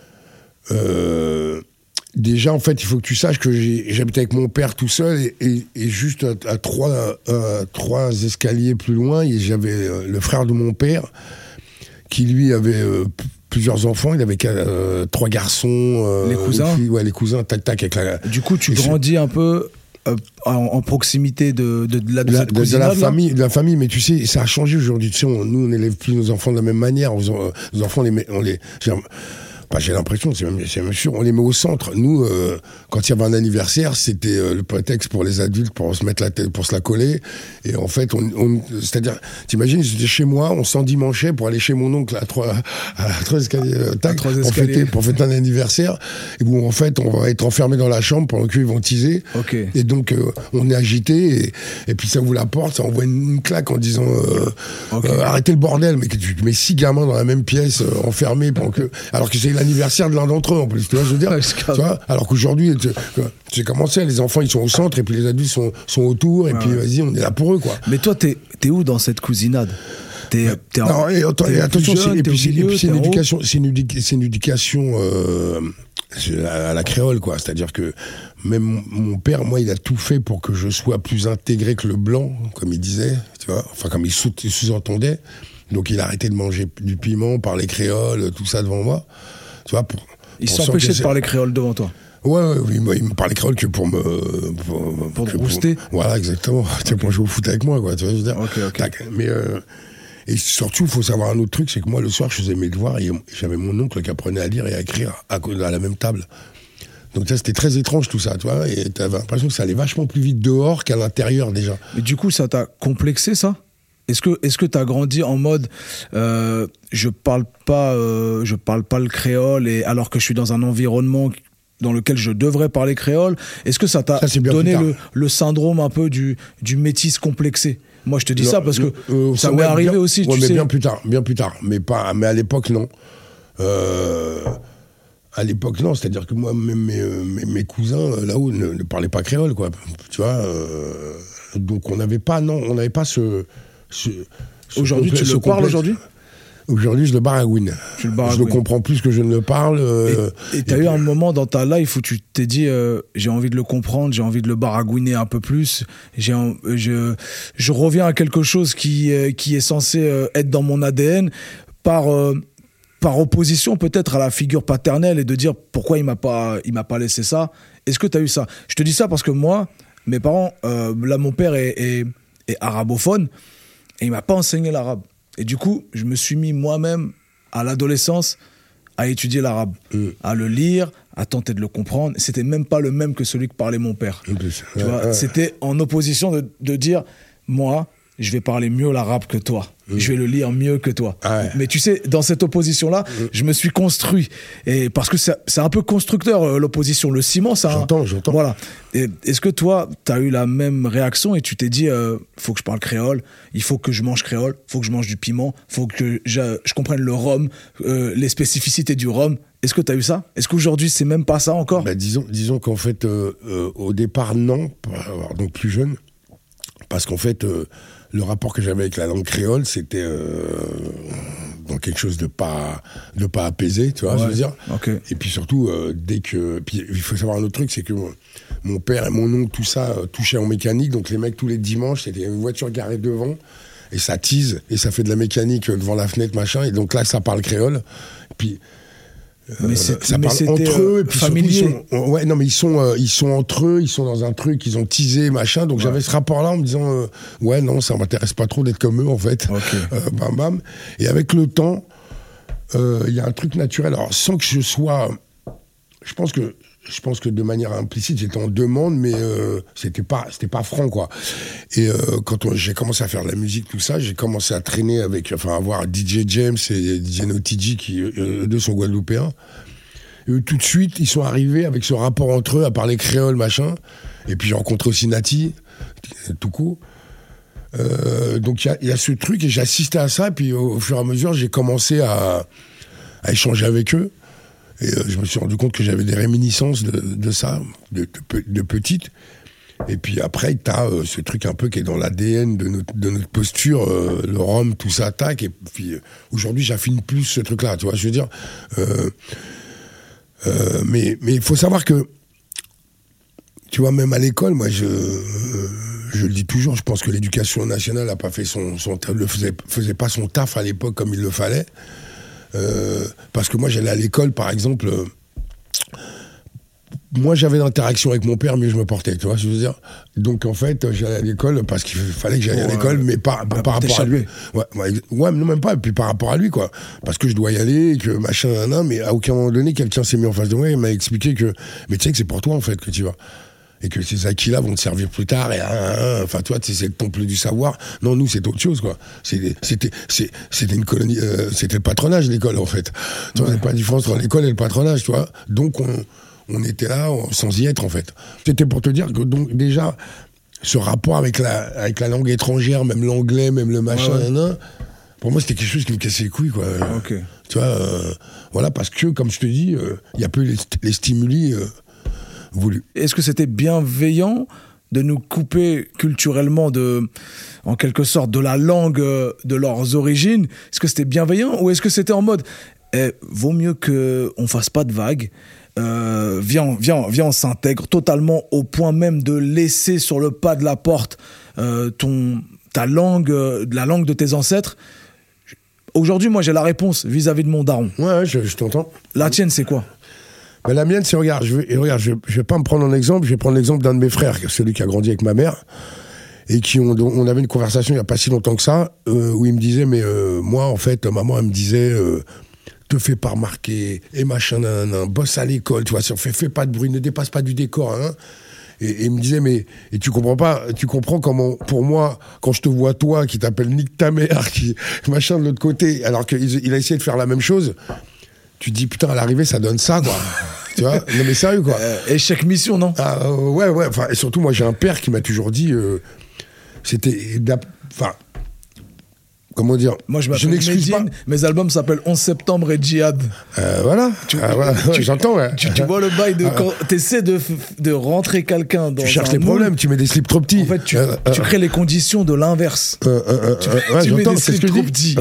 S3: Euh, déjà, en fait, il faut que tu saches que j'ai, j'habite avec mon père tout seul et, et, et juste à, à, trois, à trois escaliers plus loin, j'avais euh, le frère de mon père qui, lui, avait euh, p- plusieurs enfants. Il avait euh, trois garçons. Euh,
S2: les cousins
S3: filles, ouais, les cousins, tac, tac. Avec la,
S2: du coup, tu grandis c'est... un peu euh, en, en proximité de, de, de la, de
S3: la,
S2: cette
S3: de, de la famille, de la famille. Mais tu sais, ça a changé aujourd'hui. Tu sais, on, nous, on n'élève plus nos enfants de la même manière. On, euh, nos enfants, on les... On les Bah, j'ai l'impression, c'est même, c'est même sûr, on les met au centre. Nous, euh, quand il y avait un anniversaire, c'était euh, le prétexte pour les adultes pour se mettre la tête, pour se la coller. Et en fait, on, on, c'est-à-dire, t'imagines, j'étais chez moi, on s'endimanchait pour aller chez mon oncle à trois, à trois escaliers, euh, tac,
S2: trois
S3: pour
S2: escaliers.
S3: fêter, pour fêter un anniversaire. Et où en fait, on va être enfermé dans la chambre pendant qu'ils vont teaser.
S2: Okay.
S3: Et donc, euh, on est agité. Et, et puis ça ouvre la porte, ça envoie une, une claque en disant euh, okay. euh, arrêtez le bordel. Mais que tu mets six gamins dans la même pièce, euh, enfermés, pendant que, alors que c'est l'anniversaire de l'un d'entre eux en plus, tu vois, je veux dire, tu vois, alors qu'aujourd'hui, tu sais comment c'est, les enfants ils sont au centre et puis les adultes sont, sont autour et ouais, puis ouais. Vas-y, on est là pour eux, quoi.
S2: Mais toi, t'es, t'es où dans cette cousinade? T'es, t'es en,
S3: non, et, attends,
S2: t'es
S3: et attention,
S2: jeune,
S3: c'est, et puis,
S2: milieu,
S3: et puis c'est, une éducation,
S2: haut.
S3: c'est, une éducation, c'est une éducation euh, à la créole, quoi. C'est-à-dire que même mon père, moi, il a tout fait pour que je sois plus intégré que le blanc, comme il disait, tu vois, enfin comme il sous-entendait. Donc il a arrêté de manger du piment, parler créole, tout ça devant moi. Tu vois, pour,
S2: il s'empêchait de parler créole devant toi.
S3: Ouais, ouais, oui, moi, il me parlait créole que pour me...
S2: Pour, pour te booster.
S3: Voilà, exactement. Okay. Pour jouer au foot avec moi, quoi, tu vois, je veux dire.
S2: Ok, ok.
S3: Tac. Mais, euh, et surtout, il faut savoir un autre truc, c'est que moi, le soir, je faisais mes devoirs et j'avais mon oncle qui apprenait à lire et à écrire à, à la même table. Donc ça, c'était très étrange, tout ça, tu vois, et t'avais l'impression que ça allait vachement plus vite dehors qu'à l'intérieur, déjà.
S2: Mais du coup, ça t'a complexé, ça ? Est-ce que est-ce que t'as grandi en mode euh, je parle pas euh, je parle pas le créole et alors que je suis dans un environnement dans lequel je devrais parler créole, est-ce que ça t'a ça, donné le, le syndrome un peu du du métis complexé? Moi je te dis non, ça parce que euh, ça m'est ouais, arrivé
S3: bien,
S2: aussi,
S3: ouais,
S2: tu
S3: mais
S2: sais.
S3: Bien plus tard, bien plus tard, mais pas mais à l'époque non. Euh, à l'époque non, c'est-à-dire que moi même mes, mes, mes cousins là-haut ne, ne parlaient pas créole, quoi. Tu vois, euh, donc on n'avait pas non, on n'avait pas ce Ce,
S2: ce aujourd'hui, complexe, tu le parles aujourd'hui ?
S3: Aujourd'hui, je le baragouine.
S2: Tu le baragouines.
S3: Je le comprends plus que je ne le parle. Euh,
S2: et tu as eu puis... un moment dans ta life où tu t'es dit euh, j'ai envie de le comprendre, j'ai envie de le baragouiner un peu plus. J'ai un, je, je reviens à quelque chose qui, euh, qui est censé euh, être dans mon A D N par, euh, par opposition peut-être à la figure paternelle et de dire pourquoi il m'a pas, il m'a pas laissé ça. Est-ce que tu as eu ça? Je te dis ça parce que moi, mes parents, euh, là mon père est, est, est arabophone et il m'a pas enseigné l'arabe. Et du coup, je me suis mis moi-même à l'adolescence à étudier l'arabe, mmh. à le lire, à tenter de le comprendre. C'était même pas le même que celui que parlait mon père. Mmh. Tu vois, ouais. C'était en opposition de, de dire, moi, je vais parler mieux l'arabe que toi. Mmh. Je vais le lire mieux que toi. Ouais. Mais tu sais, dans cette opposition-là, mmh. je me suis construit. Et parce que c'est, c'est un peu constructeur, euh, l'opposition. Le ciment, ça...
S3: J'entends, un... j'entends.
S2: Voilà. Et est-ce que toi, tu as eu la même réaction et tu t'es dit, il euh, faut que je parle créole, il faut que je mange créole, il faut que je mange du piment, il faut que je, je comprenne le rhum, euh, les spécificités du rhum. Est-ce que tu as eu ça? Est-ce qu'aujourd'hui, c'est même pas ça encore?
S3: Bah, disons, disons qu'en fait, euh, euh, au départ, non. Donc plus jeune. Parce qu'en fait... Euh, le rapport que j'avais avec la langue créole, c'était euh, dans quelque chose de pas de pas apaisé, tu vois, ouais, je veux dire.
S2: Okay.
S3: Et puis surtout, euh, dès que, puis il faut savoir un autre truc, c'est que mon père et mon oncle, tout ça, euh, touchaient en mécanique, donc les mecs tous les dimanches, c'était une voiture garée devant et ça tease et ça fait de la mécanique devant la fenêtre, machin. Et donc là, ça parle créole. Et puis
S2: mais euh, ça
S3: mais
S2: parle
S3: entre eux et puis
S2: familier.
S3: Surtout, ils sont, ouais, non, mais ils sont, euh, ils sont entre eux, ils sont dans un truc, ils ont teasé, machin. Donc ouais. j'avais ce rapport-là en me disant, euh, ouais, non, ça m'intéresse pas trop d'être comme eux, en fait.
S2: Okay.
S3: Euh, bam, bam. Et avec le temps, il euh, y a un truc naturel. Alors, sans que je sois, je pense que, je pense que de manière implicite, j'étais en demande, mais euh, c'était pas, c'était pas franc, quoi. Et euh, quand on, j'ai commencé à faire de la musique, tout ça, j'ai commencé à traîner avec, enfin, à voir D J James et D J Notiji, qui euh, deux sont guadeloupéens. Et eux, tout de suite, ils sont arrivés avec ce rapport entre eux, à parler créole, machin. Et puis j'ai rencontré aussi Nati, tout court. Euh, donc il y, y a ce truc, et j'ai assisté à ça, et puis au, au fur et à mesure, j'ai commencé à, à échanger avec eux. Et euh, je me suis rendu compte que j'avais des réminiscences de, de ça, de, de, de petite. Et puis après, t'as euh, ce truc un peu qui est dans l'A D N de notre, de notre posture, euh, le rhum, tout ça attaque. Et puis euh, aujourd'hui, j'affine plus ce truc-là, tu vois, je veux dire. Euh, euh, mais il faut savoir que, tu vois, même à l'école, moi, je, euh, je le dis toujours, je pense que l'éducation nationale n'a pas fait son, son ne faisait, faisait pas son taf à l'époque comme il le fallait. Euh, parce que moi j'allais à l'école par exemple, euh, moi j'avais d'interaction avec mon père, mieux je me portais, tu vois, je veux dire. Donc en fait j'allais à l'école parce qu'il fallait que j'aille oh, à l'école, mais pas, pas par rapport à lui. Ouais, ouais, ouais, non, même pas, et puis par rapport à lui, quoi. Parce que je dois y aller, que machin, nan, nan, mais à aucun moment donné quelqu'un s'est mis en face de moi et m'a expliqué que, mais tu sais que c'est pour toi en fait que tu vas. Et que ces acquis-là vont te servir plus tard, et enfin, toi, c'est le temple du savoir. Non, nous, c'est autre chose, quoi. C'était, c'était une colonie, euh, c'était le patronage, l'école, en fait. Tu vois, il n'y a pas de différence entre l'école et le patronage, tu vois. Donc, on, on était là sans y être, en fait. C'était pour te dire que, donc, déjà, ce rapport avec la, avec la langue étrangère, même l'anglais, même le machin, ouais, ouais. Nan, nan, pour moi, c'était quelque chose qui me cassait les couilles, quoi.
S2: Okay.
S3: Tu vois, euh, voilà, parce que, comme je te dis, il euh, n'y a plus les, les stimuli. Euh, Voulu.
S2: Est-ce que c'était bienveillant de nous couper culturellement de, en quelque sorte, de la langue de leurs origines? Est-ce que c'était bienveillant ou est-ce que c'était en mode eh, vaut mieux qu'on fasse pas de vagues, euh, viens, viens, viens, on s'intègre totalement au point même de laisser sur le pas de la porte euh, ton, ta langue, euh, la langue de tes ancêtres? Aujourd'hui, moi, j'ai la réponse vis-à-vis de mon daron.
S3: Ouais, ouais je, je t'entends.
S2: La tienne, c'est quoi?
S3: Ben la mienne, c'est, regarde, je vais, regarde, je, je vais pas me prendre en exemple, je vais prendre l'exemple d'un de mes frères, celui qui a grandi avec ma mère, et qui ont, on avait une conversation il y a pas si longtemps que ça, euh, où il me disait, mais euh, moi, en fait, maman, elle me disait, euh, te fais pas remarquer, et machin, nan, nan, bosse à l'école, tu vois, fais, fais pas de bruit, ne dépasse pas du décor, hein. Et, et il me disait, mais, et tu comprends pas, tu comprends comment, pour moi, quand je te vois toi, qui t'appelle Nick ta mère, qui, machin de l'autre côté, alors qu'il il a essayé de faire la même chose, tu te dis, putain, à l'arrivée, ça donne ça, quoi. Tu vois, non mais sérieux, quoi.
S2: Euh, échec mission, non?
S3: Ah, euh, ouais, ouais, enfin, et surtout, moi, j'ai un père qui m'a toujours dit, euh, c'était, enfin, comment dire?
S2: Moi, je m'appelle Medine, mes albums s'appellent onze septembre et Djihad.
S3: Euh, voilà,
S2: tu,
S3: ah, voilà.
S2: Tu,
S3: j'entends, ouais.
S2: Tu, tu vois le bail de ah, quand t'essaies de, de rentrer quelqu'un dans
S3: tu cherches
S2: un
S3: les
S2: moule,
S3: problèmes, tu mets des slips trop petits.
S2: En fait, tu,
S3: euh,
S2: tu crées les conditions de l'inverse.
S3: Euh, euh, tu, euh, ouais,
S2: tu mets des
S3: c'est
S2: slips trop petits.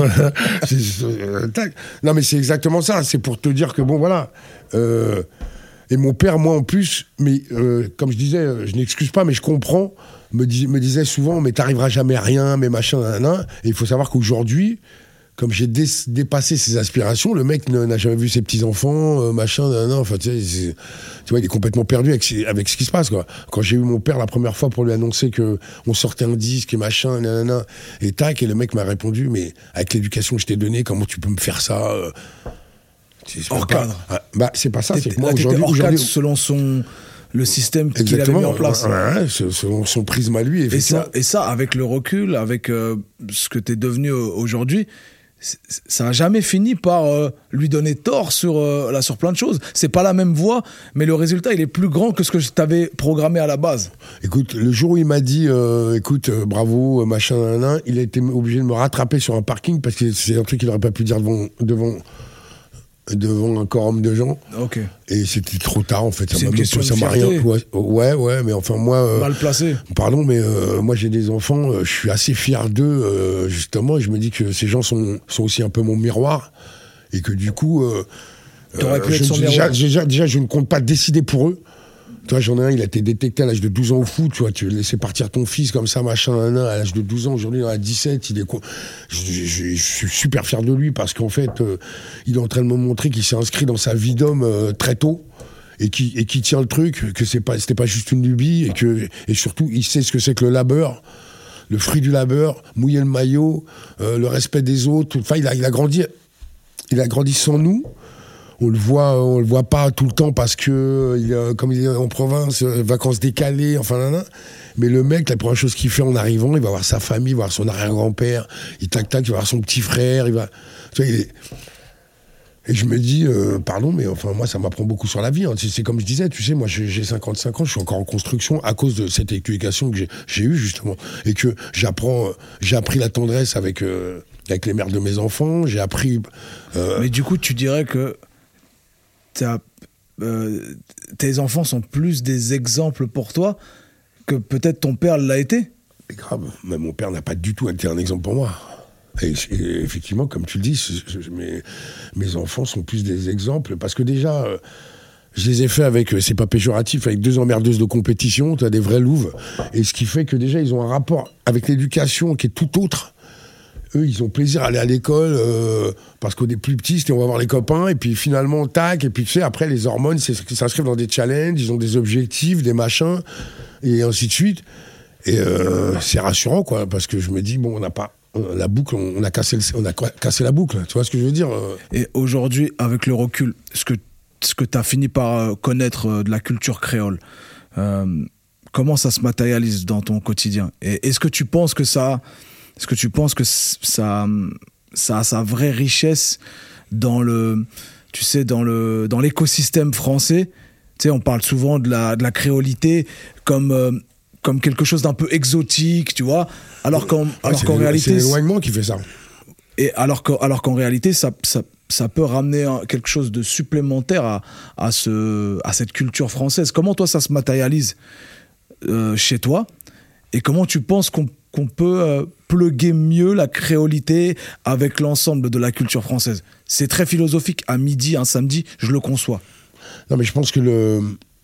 S3: Non, mais c'est exactement ça. C'est pour te dire que, bon, voilà... Euh, et mon père, moi en plus, mais euh, comme je disais, je n'excuse pas, mais je comprends, me, dis, me disait souvent, mais t'arriveras jamais à rien, mais machin, nan, nan. Et il faut savoir qu'aujourd'hui, comme j'ai dé- dépassé ses aspirations, le mec ne, n'a jamais vu ses petits-enfants, euh, machin, nan, nan, enfin, tu sais, tu vois, il est complètement perdu avec, avec ce qui se passe, quoi. Quand j'ai eu mon père la première fois pour lui annoncer qu'on sortait un disque et machin, nan, nan, nan, et tac, et le mec m'a répondu, mais avec l'éducation que je t'ai donnée, comment tu peux me faire ça euh, c'est, c'est
S2: hors
S3: pas,
S2: cadre.
S3: Ah, bah, c'est pas ça,
S2: T'étais,
S3: c'est que moi,
S2: là,
S3: aujourd'hui...
S2: hors
S3: aujourd'hui
S2: cadre selon son... le système qu'il avait mis en place.
S3: Ouais, ouais, son, son prisme à lui, effectivement.
S2: Et ça, et ça, avec le recul, avec euh, ce que t'es devenu aujourd'hui, ça n'a jamais fini par euh, lui donner tort sur, euh, là, sur plein de choses. C'est pas la même voie, mais le résultat, il est plus grand que ce que je t'avais programmé à la base.
S3: Écoute, le jour où il m'a dit, euh, écoute, euh, bravo, machin, nan, nan, il a été obligé de me rattraper sur un parking parce que c'est un truc qu'il n'aurait pas pu dire devant... devant devant un quorum de gens.
S2: Ok.
S3: Et c'était trop tard, en fait. Ça
S2: c'est
S3: m'a,
S2: une question
S3: ça
S2: de
S3: m'a
S2: fierté.
S3: rien... Ouais, ouais, ouais, mais enfin, moi... Euh,
S2: Mal placé.
S3: Pardon, mais euh, moi, j'ai des enfants, euh, je suis assez fier d'eux, euh, justement, et je me dis que ces gens sont, sont aussi un peu mon miroir, et que du coup... Euh,
S2: T'aurais pu
S3: euh,
S2: être
S3: je,
S2: son
S3: déjà,
S2: miroir.
S3: déjà, déjà, je ne compte pas décider pour eux. Tu vois, j'en ai un, il a été détecté à l'âge de douze ans au foot, tu vois, tu laissais partir ton fils comme ça, machin, nan, nan, à l'âge de douze ans, aujourd'hui, il en a dix-sept, il est co- je, je, je, je suis super fier de lui parce qu'en fait, euh, il est en train de me montrer qu'il s'est inscrit dans sa vie d'homme euh, très tôt et qui, et qui tient le truc, que c'est pas, c'était pas juste une lubie et que, et surtout, il sait ce que c'est que le labeur, le fruit du labeur, mouiller le maillot, euh, le respect des autres, enfin, il a, il a grandi, il a grandi sans nous. On le voit, on le voit pas tout le temps parce que, il a, comme il est en province, euh, vacances décalées, enfin, nan, nan. Mais le mec, la première chose qu'il fait en arrivant, il va voir sa famille, il va voir son arrière-grand-père, il tac tac, il va voir son petit frère, il va, tu vois, il est... Et je me dis, euh, pardon, mais enfin, moi, ça m'apprend beaucoup sur la vie. Hein. C'est, c'est comme je disais, tu sais, moi, j'ai, j'ai cinquante-cinq ans, je suis encore en construction à cause de cette éducation que j'ai, j'ai eue, justement. Et que j'apprends, j'ai appris la tendresse avec, euh, avec les mères de mes enfants, j'ai appris... Euh...
S2: Mais du coup, tu dirais que t'as, euh, tes enfants sont plus des exemples pour toi que peut-être ton père l'a été.
S3: C'est grave, mais mon père n'a pas du tout été un exemple pour moi. Et, et effectivement, comme tu le dis, je, je, mes, mes enfants sont plus des exemples, parce que déjà, euh, je les ai faits avec, euh, c'est pas péjoratif, avec deux emmerdeuses de compétition, tu as des vrais louves, et ce qui fait que déjà, ils ont un rapport avec l'éducation qui est tout autre. Eux, ils ont plaisir à aller à l'école, euh, parce qu'au des plus petits, c'était on va voir les copains, et puis finalement, tac, et puis tu sais, après, les hormones, c'est, ça s'inscrivent dans des challenges, ils ont des objectifs, des machins, et ainsi de suite. Et euh, c'est rassurant, quoi, parce que je me dis, bon, on n'a pas... La boucle, on a, cassé le, on a cassé la boucle, tu vois ce que je veux dire?
S2: Et aujourd'hui, avec le recul, ce que, ce que tu as fini par connaître de la culture créole, euh, comment ça se matérialise dans ton quotidien? Et est-ce que tu penses que ça, est-ce que tu penses que ça, ça a sa vraie richesse dans le, tu sais, dans le, dans l'écosystème français? Tu sais, on parle souvent de la, de la créolité comme euh, comme quelque chose d'un peu exotique, tu vois, alors qu'en, ouais, alors qu'en réalité...
S3: C'est l'éloignement qui fait ça.
S2: Et alors, qu'en, alors qu'en réalité, ça, ça, ça peut ramener un, quelque chose de supplémentaire à, à, ce, à cette culture française. Comment toi, ça se matérialise euh, chez toi? Et comment tu penses qu'on, qu'on peut euh, plugger mieux la créolité avec l'ensemble de la culture française? C'est très philosophique. À midi, un samedi, je le conçois.
S3: Non, mais je pense que le...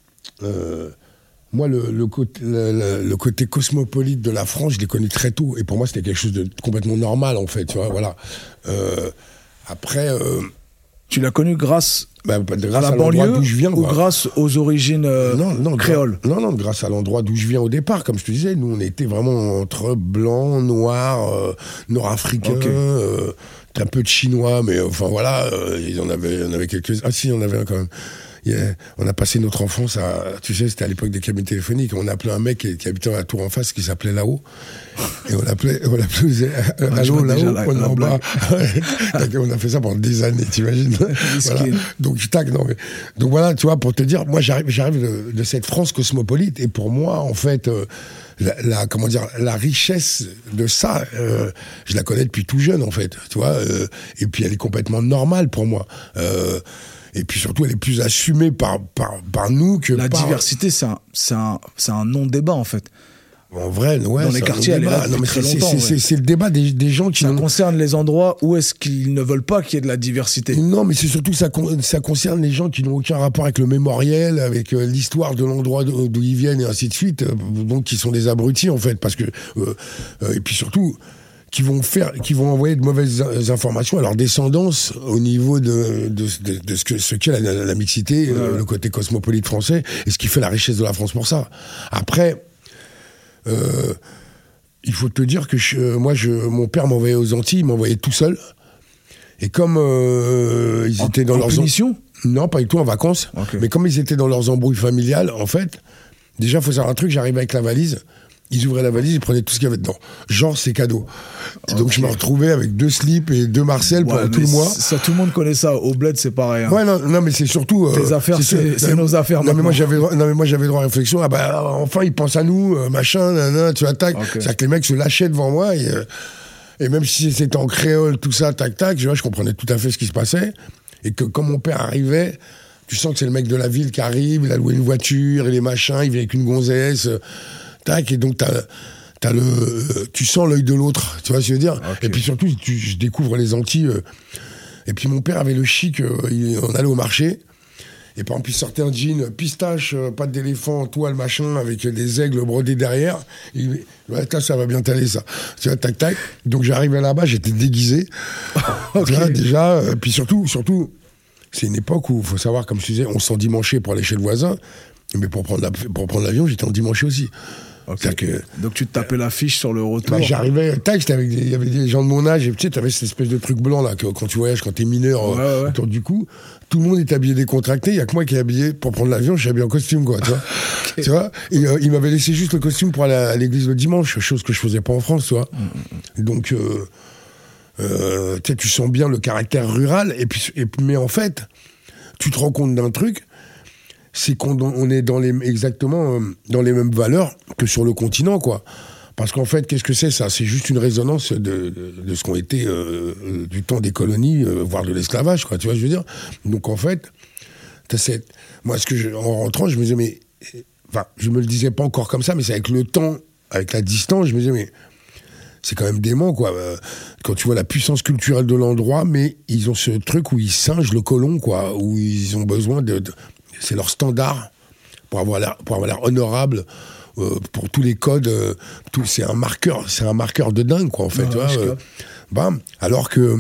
S3: Euh, Moi, le, le, côté, le, le côté cosmopolite de la France, je l'ai connu très tôt. Et pour moi, c'était quelque chose de complètement normal, en fait. Tu vois, voilà. Euh, après... Euh,
S2: tu l'as connu grâce,
S3: bah, grâce
S2: à la
S3: à
S2: banlieue
S3: d'où je viens,
S2: ou
S3: quoi.
S2: grâce aux origines euh,
S3: non, non,
S2: créoles?
S3: Non, non, grâce à l'endroit d'où je viens au départ. Comme je te disais, nous, on était vraiment entre blancs, noirs, euh, nord-africains... Okay. Euh, un peu de chinois, mais enfin, voilà. Euh, il y en avait, il y en avait quelques... Ah si, il y en avait un quand même. Yeah. On a passé notre enfance à... Tu sais, c'était à l'époque des cabines téléphoniques. On appelait un mec qui, qui habitait à la tour en face, qui s'appelait Là-haut. Et on l'appelait... On l'appelait... Euh, Allô, Là-haut, la, on est en bas. On a fait ça pendant des années, t'imagines? Voilà. Donc, tac, non, mais... Donc voilà, tu vois, pour te dire, moi, j'arrive, j'arrive de, de cette France cosmopolite. Et pour moi, en fait... Euh, La, la, comment dire, la richesse de ça, euh, je la connais depuis tout jeune, en fait, tu vois, euh, et puis elle est complètement normale pour moi. Euh, et puis surtout, elle est plus assumée par, par, par nous que
S2: la
S3: par...
S2: La diversité, c'est un, c'est un, c'est un non-débat, en fait.
S3: En vrai, ouais.
S2: Dans les quartiers, elle est là
S3: non, mais
S2: très
S3: c'est,
S2: longtemps.
S3: C'est,
S2: ouais.
S3: c'est, c'est le débat des, des gens qui...
S2: Ça concerne les endroits où est-ce qu'ils ne veulent pas qu'il y ait de la diversité.
S3: Non, mais c'est surtout que ça, ça concerne les gens qui n'ont aucun rapport avec le mémoriel, avec euh, l'histoire de l'endroit d'où, d'où ils viennent et ainsi de suite, euh, donc qui sont des abrutis, en fait, parce que... Euh, euh, et puis surtout... qui vont faire, qui vont envoyer de mauvaises informations à leur descendance au niveau de, de, de, de ce que ce qu'est la, la, la mixité, ouais. euh, le côté cosmopolite français, et ce qui fait la richesse de la France pour ça. Après, euh, il faut te dire que je, moi, je, mon père m'envoyait aux Antilles, il m'envoyait tout seul, et comme euh, ils
S2: en,
S3: étaient dans
S2: en
S3: leurs
S2: punition,
S3: non, pas du tout en vacances, okay. mais comme ils étaient dans leurs embrouilles familiales, en fait, déjà, il faut savoir un truc, j'arrivais avec la valise. Ils ouvraient la valise, ils prenaient tout ce qu'il y avait dedans. Genre, c'est cadeau. Okay. Donc, je me retrouvais avec deux slips et deux Marcel ouais, pendant tout le mois.
S2: Ça, tout le monde connaît ça. Au bled, c'est pareil. Hein.
S3: Ouais, non, non, mais c'est surtout...
S2: Tes euh, affaires, c'est, c'est, c'est nos affaires.
S3: Non, mais moi, j'avais, non, mais moi, j'avais droit à réflexion. Ah, bah, enfin, ils pensent à nous, euh, machin, nanana, tu attaques. Okay. C'est-à-dire que les mecs se lâchaient devant moi. Et, euh, et même si c'était en créole, tout ça, tac, tac, je, je comprenais tout à fait ce qui se passait. Et que quand mon père arrivait, tu sens que c'est le mec de la ville qui arrive, il a loué une voiture, et les machins, il vient avec une gonzesse, euh, tac, et donc t'as... T'as le, euh, tu sens l'œil de l'autre, tu vois ce que je veux dire. Okay. Et puis surtout, tu, je découvre les Antilles. Euh, et puis mon père avait le chic, euh, il, on allait au marché, et par exemple, il sortait un jean pistache, euh, pattes d'éléphant, toile, machin, avec des aigles brodés derrière. Et il ouais, là, ça va bien t'aller, ça. Tu vois, tac, tac. Donc j'arrivais là-bas, j'étais déguisé. Okay. Tu vois, déjà, euh, puis surtout, surtout, c'est une époque où, il faut savoir, comme je disais, on s'endimanchait pour aller chez le voisin, mais pour prendre, la, pour prendre l'avion, j'étais endimanché aussi.
S2: Okay. Que, donc tu te tapais euh, l'affiche sur le retour.
S3: Bah, j'arrivais, tac, il y avait des gens de mon âge, et tu sais, t'avais cette espèce de truc blanc là, que, quand tu voyages, quand t'es mineur,
S2: ouais,
S3: euh,
S2: ouais.
S3: autour du cou, tout le monde est habillé décontracté, il y a que moi qui est habillé pour prendre l'avion, je suis habillé en costume, quoi, tu vois. Okay. Tu vois, et euh, il m'avait laissé juste le costume pour aller à l'église le dimanche, chose que je faisais pas en France, tu vois. Mm-hmm. Donc, euh, euh, tu sais, tu sens bien le caractère rural, et puis, et, mais en fait, tu te rends compte d'un truc, c'est qu'on on est dans les, exactement euh, dans les mêmes valeurs que sur le continent, quoi. Parce qu'en fait, qu'est-ce que c'est ça ? C'est juste une résonance de, de, de ce qu'ont été euh, du temps des colonies, euh, voire de l'esclavage, quoi. Tu vois, je veux dire. Donc en fait, t'as cette... moi, ce que je... en rentrant, je me disais, mais, enfin, je me le disais pas encore comme ça, mais c'est avec le temps, avec la distance, je me disais, mais c'est quand même dément, quoi. Quand tu vois la puissance culturelle de l'endroit, mais ils ont ce truc où ils singent le colon, quoi, où ils ont besoin de, de... c'est leur standard pour avoir l'air, pour avoir l'air honorable, euh, pour tous les codes, euh, tout, c'est un marqueur, c'est un marqueur de dingue, quoi, en fait. Ouais, tu vois, euh, bam. Alors que,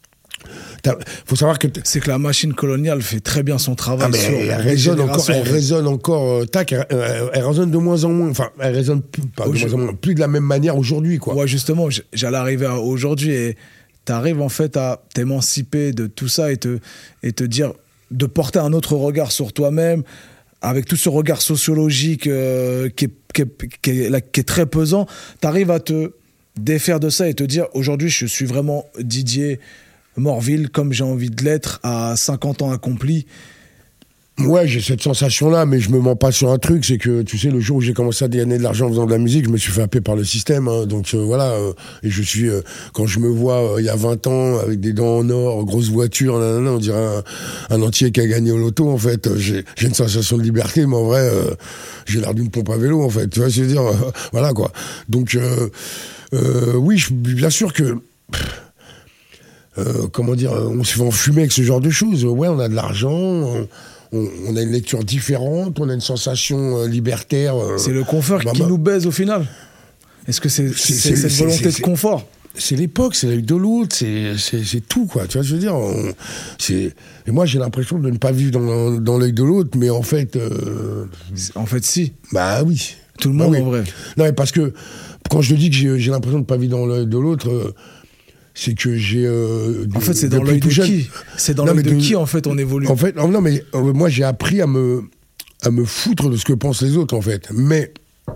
S3: faut savoir que
S2: c'est que la machine coloniale fait très bien son travail.
S3: Ah, mais
S2: sur
S3: elle résonne encore, elle résonne encore, euh, tac, elle, elle, elle résonne de moins en moins. Enfin, elle résonne plus, pas de moins en moins, plus de la même manière aujourd'hui, quoi.
S2: Ouais, justement, j'allais arriver à aujourd'hui et t'arrives en fait à t'émanciper de tout ça et te et te dire, de porter un autre regard sur toi-même, avec tout ce regard sociologique euh, qui, est, qui, est, qui, est, là, qui est très pesant, t'arrives à te défaire de ça et te dire, aujourd'hui, je suis vraiment Didier Morville, comme j'ai envie de l'être, à cinquante ans accompli.
S3: Ouais, j'ai cette sensation-là, mais je me mens pas sur un truc, c'est que, tu sais, le jour où j'ai commencé à gagner de l'argent en faisant de la musique, je me suis fait happer par le système, hein, donc euh, voilà, euh, et je suis, euh, quand je me vois euh, il y a vingt ans, avec des dents en or, grosse voiture, nanana, on dirait un, un entier qui a gagné au loto, en fait, j'ai, j'ai une sensation de liberté, mais en vrai, euh, j'ai l'air d'une pompe à vélo, en fait, tu vois ce que je veux dire, euh, voilà, quoi. Donc, euh, euh, oui, je, bien sûr que... Euh, comment dire, on se fait enfumer avec ce genre de choses, ouais, on a de l'argent... On, On, on a une lecture différente, on a une sensation euh, libertaire. Euh,
S2: c'est le confort bah, qui bah, nous baise au final. Est-ce que c'est, c'est, c'est, c'est cette c'est, volonté c'est, de confort ?
S3: C'est l'époque, c'est l'œil de l'autre, c'est, c'est, c'est tout, quoi. Tu vois ce que je veux dire ? on, c'est... Et moi, j'ai l'impression de ne pas vivre dans, dans l'œil de l'autre, mais en fait... Euh...
S2: En fait, si.
S3: Bah oui.
S2: Tout le monde,
S3: bah, oui.
S2: en vrai.
S3: Non, mais parce que quand je dis que j'ai, j'ai l'impression de ne pas vivre dans l'œil de l'autre... Euh... c'est que j'ai... Euh,
S2: en fait, c'est dans l'œil de jeune... qui C'est dans non, l'œil de, de qui, en fait, on évolue.
S3: En fait, non, mais euh, moi, j'ai appris à me, à me foutre de ce que pensent les autres, en fait. Mais,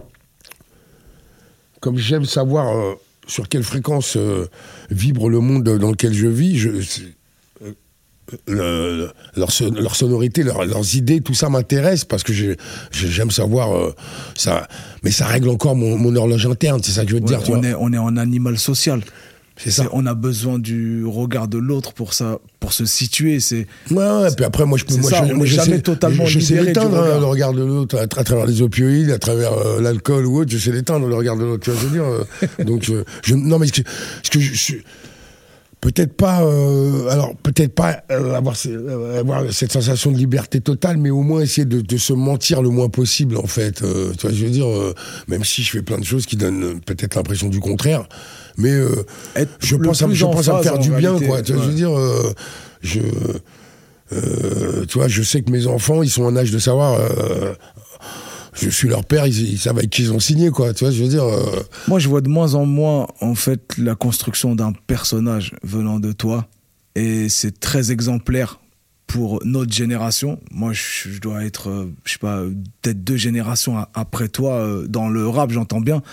S3: comme j'aime savoir euh, sur quelle fréquence euh, vibre le monde dans lequel je vis, je, euh, le, leur, leur sonorité, leur, leurs idées, tout ça m'intéresse, parce que j'ai, j'aime savoir... Euh, ça, mais ça règle encore mon, mon horloge interne, c'est ça que je veux te
S2: ouais,
S3: dire. Tu
S2: on,
S3: vois
S2: est, on est en animal social.
S3: C'est ça.
S2: C'est, on a besoin du regard de l'autre pour ça, pour se situer. C'est
S3: ouais, ouais. Puis après, moi, je peux, moi,
S2: ça,
S3: je,
S2: on
S3: moi,
S2: n'est
S3: je
S2: jamais
S3: sais,
S2: totalement
S3: je, je sais l'éteindre,
S2: regard.
S3: Hein, le regard de l'autre, à, à travers les opioïdes, à travers euh, l'alcool ou autre. Je sais l'éteindre, le regard de l'autre. Tu vois, je veux dire. Euh, donc, je, je, non, mais ce que, ce que je, je peut-être pas, euh, alors peut-être pas euh, avoir, euh, avoir cette sensation de liberté totale, mais au moins essayer de, de se mentir le moins possible, en fait. Euh, tu vois, je veux dire, euh, même si je fais plein de choses qui donnent euh, peut-être l'impression du contraire, mais euh, je pense, à, je pense à me faire du bien, quoi. Tu vois, ouais. Je veux dire, euh, je, euh, tu vois, je sais que mes enfants, ils sont en âge de savoir. Euh, je suis leur père, ils, ils savent avec qui ils ont signé, quoi. Tu vois, je veux dire. Euh...
S2: Moi, je vois de moins en moins, en fait, la construction d'un personnage venant de toi. Et c'est très exemplaire pour notre génération. Moi, je, je dois être, euh, je sais pas, peut-être deux générations a, après toi, euh, dans le rap, j'entends bien.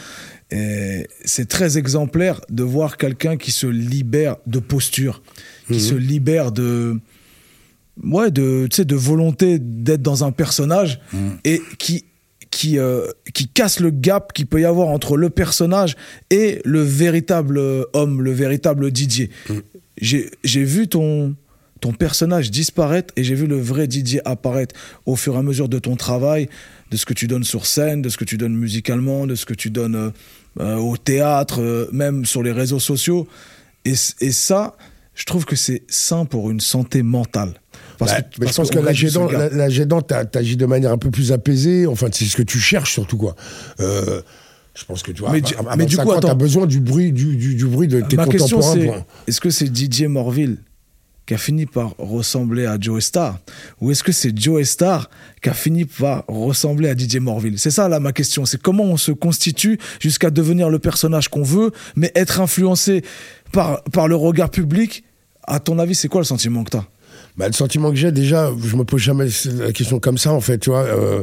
S2: Et c'est très exemplaire de voir quelqu'un qui se libère de posture, qui mmh. se libère de. Ouais, de, tu sais, de volonté d'être dans un personnage mmh. et qui. Qui, euh, qui casse le gap qu'il peut y avoir entre le personnage et le véritable homme, le véritable Didier. Mm. J'ai, j'ai vu ton, ton personnage disparaître et j'ai vu le vrai Didier apparaître au fur et à mesure de ton travail, de ce que tu donnes sur scène, de ce que tu donnes musicalement, de ce que tu donnes euh, euh, au théâtre, euh, même sur les réseaux sociaux. Et, et ça, je trouve que c'est sain pour une santé mentale. Parce
S3: bah,
S2: que,
S3: mais parce je pense que la Gédant t'agit de manière un peu plus apaisée. Enfin, c'est ce que tu cherches surtout, quoi. Euh, je pense que tu vois. Mais, à, à mais du coup, t'as besoin du bruit, du, du, du bruit de tes Ma contemporains.
S2: Question, c'est, est-ce que c'est Didier Morville qui a fini par ressembler à Joe Star, ou est-ce que c'est Joe Star qui a fini par ressembler à Didier Morville? C'est ça là ma question. C'est comment on se constitue jusqu'à devenir le personnage qu'on veut, mais être influencé par par le regard public. À ton avis, c'est quoi le sentiment que t'as?
S3: Bah, le sentiment que j'ai, déjà, je me pose jamais la question comme ça, en fait, tu vois. Euh,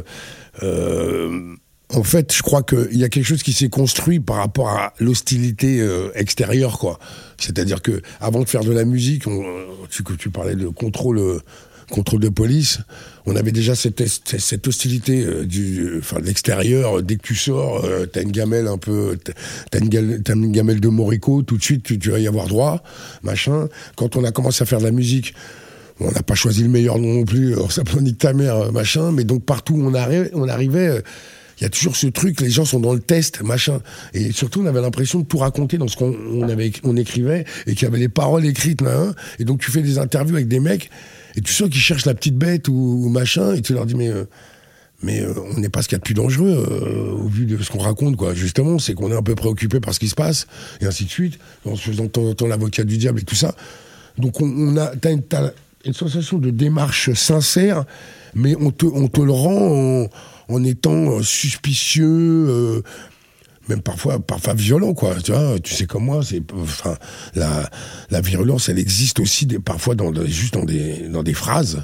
S3: euh, en fait, je crois qu'il y a quelque chose qui s'est construit par rapport à l'hostilité euh, extérieure, quoi. C'est-à-dire que avant de faire de la musique, on, tu, tu parlais de contrôle, euh, contrôle de police, on avait déjà cette, cette hostilité euh, du, enfin, de l'extérieur. Dès que tu sors, euh, t'as une gamelle un peu, t'as une, gamelle, t'as une gamelle de Morico, tout de suite, tu, tu vas y avoir droit, machin. Quand on a commencé à faire de la musique, on n'a pas choisi le meilleur nom non plus, on s'appelait Nique ta mère, machin, mais donc partout où on, arri- on arrivait, il y a toujours ce truc, les gens sont dans le test, machin. Et surtout, on avait l'impression de tout raconter dans ce qu'on on avait, on écrivait, et qu'il y avait les paroles écrites, là, hein. Et donc tu fais des interviews avec des mecs, et tu sens qu'ils cherchent la petite bête ou, ou machin, et tu leur dis, mais, euh, mais euh, on n'est pas ce qu'il y a de plus dangereux, euh, au vu de ce qu'on raconte, quoi. Justement, c'est qu'on est un peu préoccupé par ce qui se passe, et ainsi de suite, en se faisant de temps en temps l'avocat du diable et tout ça. Donc on, on a, t'as une, t'as, une sensation de démarche sincère, mais on te, on te le rend en, en étant suspicieux, euh, même parfois, parfois violent, quoi. Tu vois, tu sais comme moi, c'est, enfin, la, la violence, elle existe aussi des, parfois dans, juste dans des, dans des phrases.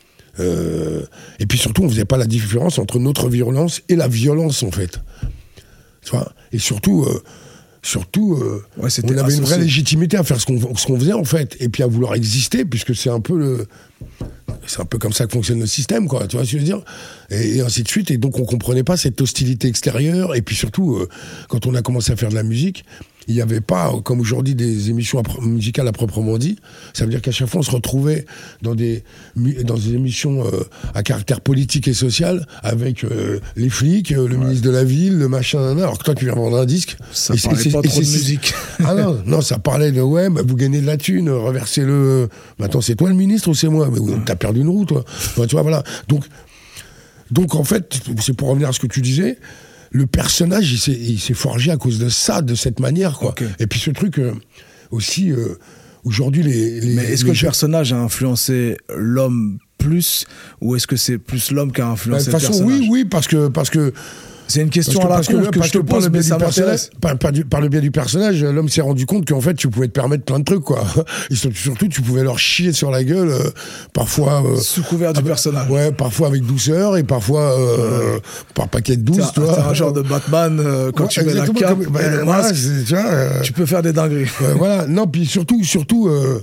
S3: Euh, et puis surtout, on faisait pas la différence entre notre violence et la violence, en fait. Tu vois, et surtout. Euh, Surtout, euh, ouais, on avait associé. Une vraie légitimité à faire ce qu'on, ce qu'on faisait, en fait, et puis à vouloir exister, puisque c'est un peu le, c'est un peu comme ça que fonctionne le système, quoi. Tu vois ce que je veux dire, et, et ainsi de suite. Et donc on comprenait pas cette hostilité extérieure. Et puis surtout, euh, quand on a commencé à faire de la musique, il n'y avait pas, comme aujourd'hui, des émissions à, musicales à proprement dit. Ça veut dire qu'à chaque fois, on se retrouvait dans des, dans des émissions euh, à caractère politique et social, avec euh, les flics, euh, le ouais. ministre de la ville, le machin, alors que toi, tu viens vendre un disque.
S2: Ça et parlait c'est, pas trop de musique.
S3: Ah non, non, ça parlait de, ouais, bah, vous gagnez de la thune, reversez-le. Maintenant, c'est toi le ministre ou c'est moi? Mais t'as perdu une roue, toi. Enfin, tu vois, voilà. Donc, donc, en fait, c'est pour revenir à ce que tu disais, le personnage, il s'est, il s'est forgé à cause de ça, de cette manière, quoi. Okay. Et puis ce truc, euh, aussi, euh, aujourd'hui, les, les...
S2: Mais est-ce
S3: les
S2: que
S3: gens...
S2: le personnage a influencé l'homme plus, ou est-ce que c'est plus l'homme qui a influencé bah,
S3: le
S2: personnage?
S3: De toute façon, oui, oui, parce que... Parce que
S2: c'est une question à la con que, que je te pose, mais ça m'intéresse.
S3: Par, par, par le biais du personnage, l'homme s'est rendu compte qu'en fait, tu pouvais te permettre plein de trucs, quoi. Et surtout, tu pouvais leur chier sur la gueule, euh, parfois... Euh,
S2: sous couvert du
S3: avec,
S2: personnage.
S3: Ouais, parfois avec douceur, et parfois euh, ouais. par paquet de douce, toi.
S2: C'est un genre de Batman, euh, quand ouais, tu mets la cape comme, bah, et le
S3: voilà,
S2: masque,
S3: tu, vois, euh,
S2: tu peux faire des dingueries.
S3: Ouais, voilà, non, puis surtout, surtout euh,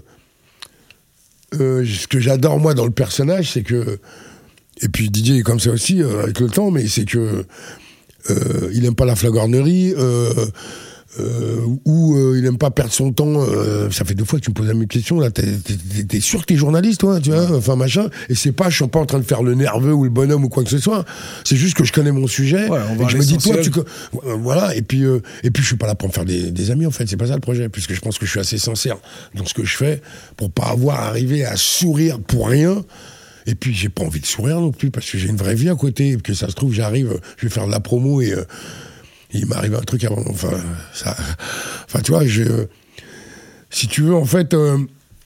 S3: euh, ce que j'adore, moi, dans le personnage, c'est que... Et puis Didier est comme ça aussi, euh, avec le temps, mais c'est que... Euh, il aime pas la flagornerie, euh, Euh, ou euh, il aime pas perdre son temps. Euh, ça fait deux fois que tu me poses la même question. Là, t'es, t'es, t'es sûr que t'es journaliste, toi, tu vois, enfin machin. Et c'est pas, je suis pas en train de faire le nerveux ou le bonhomme ou quoi que ce soit. C'est juste que je connais mon sujet.
S2: Ouais,
S3: et que je me dis, toi, tu, voilà. Et puis, euh, et puis, je suis pas là pour me faire des, des amis, en fait. C'est pas ça le projet, puisque je pense que je suis assez sincère dans ce que je fais pour pas avoir arrivé à sourire pour rien. Et puis, j'ai pas envie de sourire non plus parce que j'ai une vraie vie à côté. Et que ça se trouve, j'arrive, je vais faire de la promo et euh, il m'arrive un truc avant, enfin, ça, enfin, tu vois, je, si tu veux, en fait, euh,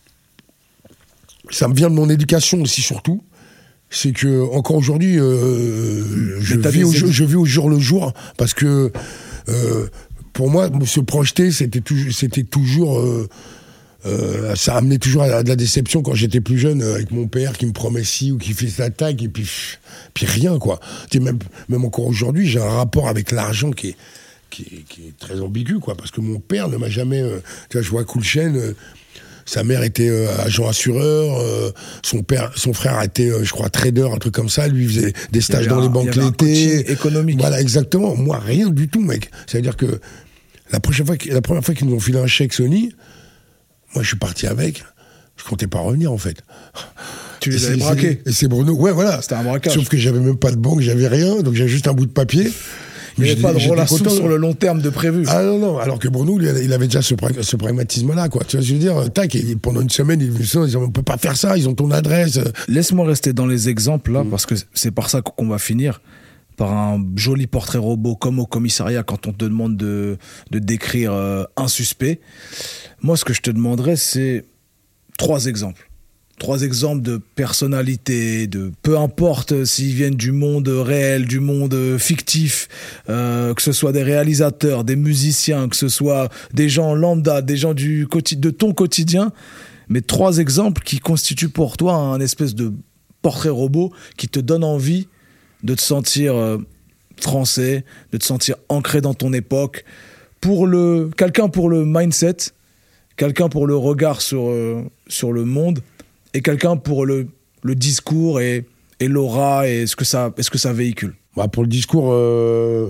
S3: ça me vient de mon éducation aussi, surtout. C'est que, encore aujourd'hui, euh, je, vis au, je, je vis au jour le jour, parce que, euh, pour moi, se projeter, c'était toujours, c'était toujours, euh, Euh, ça amenait toujours à de la déception quand j'étais plus jeune, euh, avec mon père qui me promet ci ou qui fait sa taille, et puis, puis rien, quoi. Même, même encore aujourd'hui, j'ai un rapport avec l'argent qui est, qui est, qui est très ambigu, quoi, parce que mon père ne m'a jamais... Euh, tu vois, je vois Coolchen, euh, sa mère était euh, agent assureur, euh, son père, son frère était, euh, je crois, trader, un truc comme ça, lui faisait des stages dans un, les banques l'été.
S2: Économique.
S3: Voilà, exactement. Moi, rien du tout, mec. C'est-à-dire que la, prochaine fois, la première fois qu'ils nous ont filé un chèque Sony, moi, je suis parti avec. Je comptais pas revenir, en fait.
S2: Tu les avais braqués.
S3: Et c'est Bruno. Ouais, voilà.
S2: C'était un braquage.
S3: Sauf que j'avais même pas de banque, j'avais rien. Donc, j'avais juste un bout de papier.
S2: Il n'y avait pas de relation sur le long terme de prévu.
S3: Ah non, non. Alors que Bruno, lui, il avait déjà ce, pra- ce pragmatisme-là, quoi. Tu vois ce que je veux dire? Tac, et pendant une semaine, il me dit, on peut pas faire ça, ils ont ton adresse.
S2: Laisse-moi rester dans les exemples, là, mmh. parce que c'est par ça qu'on va finir. Par un joli portrait robot comme au commissariat quand on te demande de, de décrire euh, un suspect. Moi, ce que je te demanderais, c'est trois exemples. Trois exemples de personnalités, de peu importe s'ils viennent du monde réel, du monde fictif, euh, que ce soit des réalisateurs, des musiciens, que ce soit des gens lambda, des gens du, de ton quotidien, mais trois exemples qui constituent pour toi un espèce de portrait robot qui te donne envie de te sentir euh, français, de te sentir ancré dans ton époque, pour le, quelqu'un pour le mindset, quelqu'un pour le regard sur, euh, sur le monde, et quelqu'un pour le, le discours et, et l'aura et ce que ça, et ce que ça véhicule.
S3: Bah pour le discours, euh,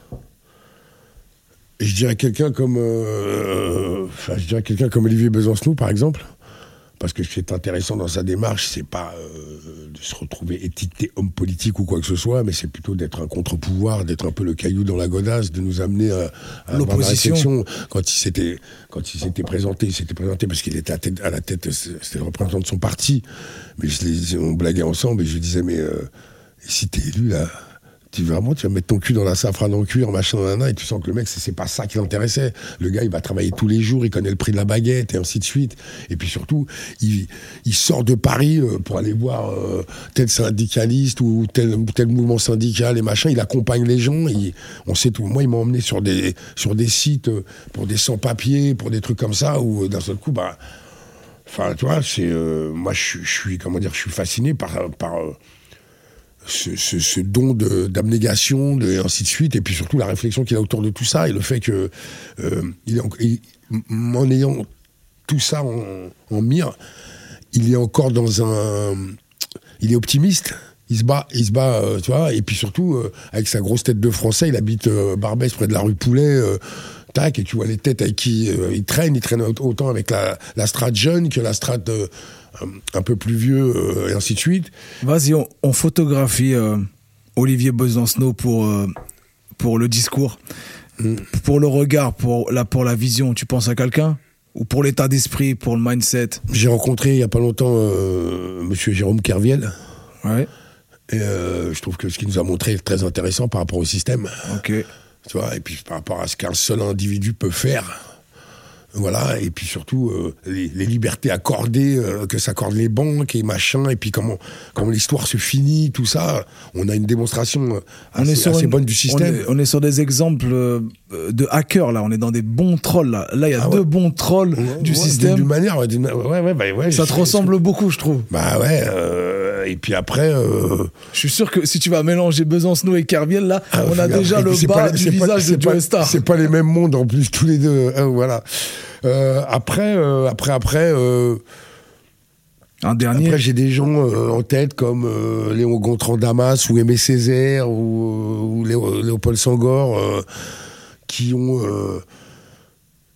S3: je dirais quelqu'un comme, euh, enfin, je dirais quelqu'un comme Olivier Besancenot, par exemple. Parce que ce qui est intéressant dans sa démarche, c'est pas euh, de se retrouver étiqueté homme politique ou quoi que ce soit, mais c'est plutôt d'être un contre-pouvoir, d'être un peu le caillou dans la godasse, de nous amener à, à
S2: l'opposition.
S3: Avoir la réflexion. Quand il s'était, quand il s'était présenté, il s'était présenté parce qu'il était à, tête, à la tête, c'était le représentant de son parti. Mais je les, on blaguait ensemble et je lui disais, mais euh, si t'es élu là, tu vraiment, tu vas mettre ton cul dans la safrane en cuir, machin, nana, et tu sens que le mec, c'est, c'est pas ça qui l'intéressait. Le gars, il va travailler tous les jours, il connaît le prix de la baguette, et ainsi de suite. Et puis surtout, il, il sort de Paris euh, pour aller voir euh, tel syndicaliste ou tel, tel mouvement syndical et machin. Il accompagne les gens. Il, on sait tout. Moi, il m'a emmené sur des, sur des sites euh, pour des sans-papiers, pour des trucs comme ça, où euh, d'un seul coup, bah, enfin, tu vois, c'est, euh, moi, je suis, comment dire, je suis fasciné par, par euh, Ce, ce, ce don de, d'abnégation, de, et ainsi de suite, et puis surtout la réflexion qu'il a autour de tout ça, et le fait que, euh, il est en, il, en ayant tout ça en, en mire, il est encore dans un... Il est optimiste, il se bat, il se bat euh, tu vois, et puis surtout, euh, avec sa grosse tête de français, il habite euh, Barbès, près de la rue Poulet, euh, tac, et tu vois les têtes avec qui euh, il traîne, il traîne autant avec la, la strate jeune que la strate... Euh, un peu plus vieux, euh, et ainsi de suite.
S2: Vas-y, on, on photographie euh, Olivier Besancenot pour, euh, pour le discours, mm. pour le regard, pour la, pour la vision. Tu penses à quelqu'un? Ou pour l'état d'esprit, pour le mindset? J'ai
S3: rencontré il n'y a pas longtemps euh, monsieur Jérôme Kerviel.
S2: Ouais.
S3: Et euh, je trouve que ce qu'il nous a montré est très intéressant par rapport au système.
S2: Ok.
S3: Tu vois, et puis par rapport à ce qu'un seul individu peut faire. Voilà, et puis surtout euh, les, les libertés accordées, euh, que s'accordent les banques et machin, et puis comment, comment l'histoire se finit, tout ça. On a une démonstration assez, on est assez une, bonne du système.
S2: On est, on est sur des exemples euh, de hackers, là. On est dans des bons trolls, là. Là, il y a ah deux ouais. bons trolls ouais, du ouais, système.
S3: D'une manière, ouais, d'une, ouais, ouais, bah, ouais.
S2: Ça te ressemble beaucoup, je trouve.
S3: Bah ouais, euh, et puis après... Euh...
S2: Je suis sûr que si tu vas mélanger Besancenot et Kerviel, là, ah, on a déjà le bas pas, du visage pas, de Joe Star.
S3: C'est pas les mêmes mondes, en plus, tous les deux. Hein, voilà. Euh, après, euh, après, après... Euh...
S2: Un dernier.
S3: Après, j'ai des gens euh, en tête comme euh, Léon Gontran-Damas ou Aimé Césaire ou, ou Léo, Léopold Senghor euh, qui ont... Euh,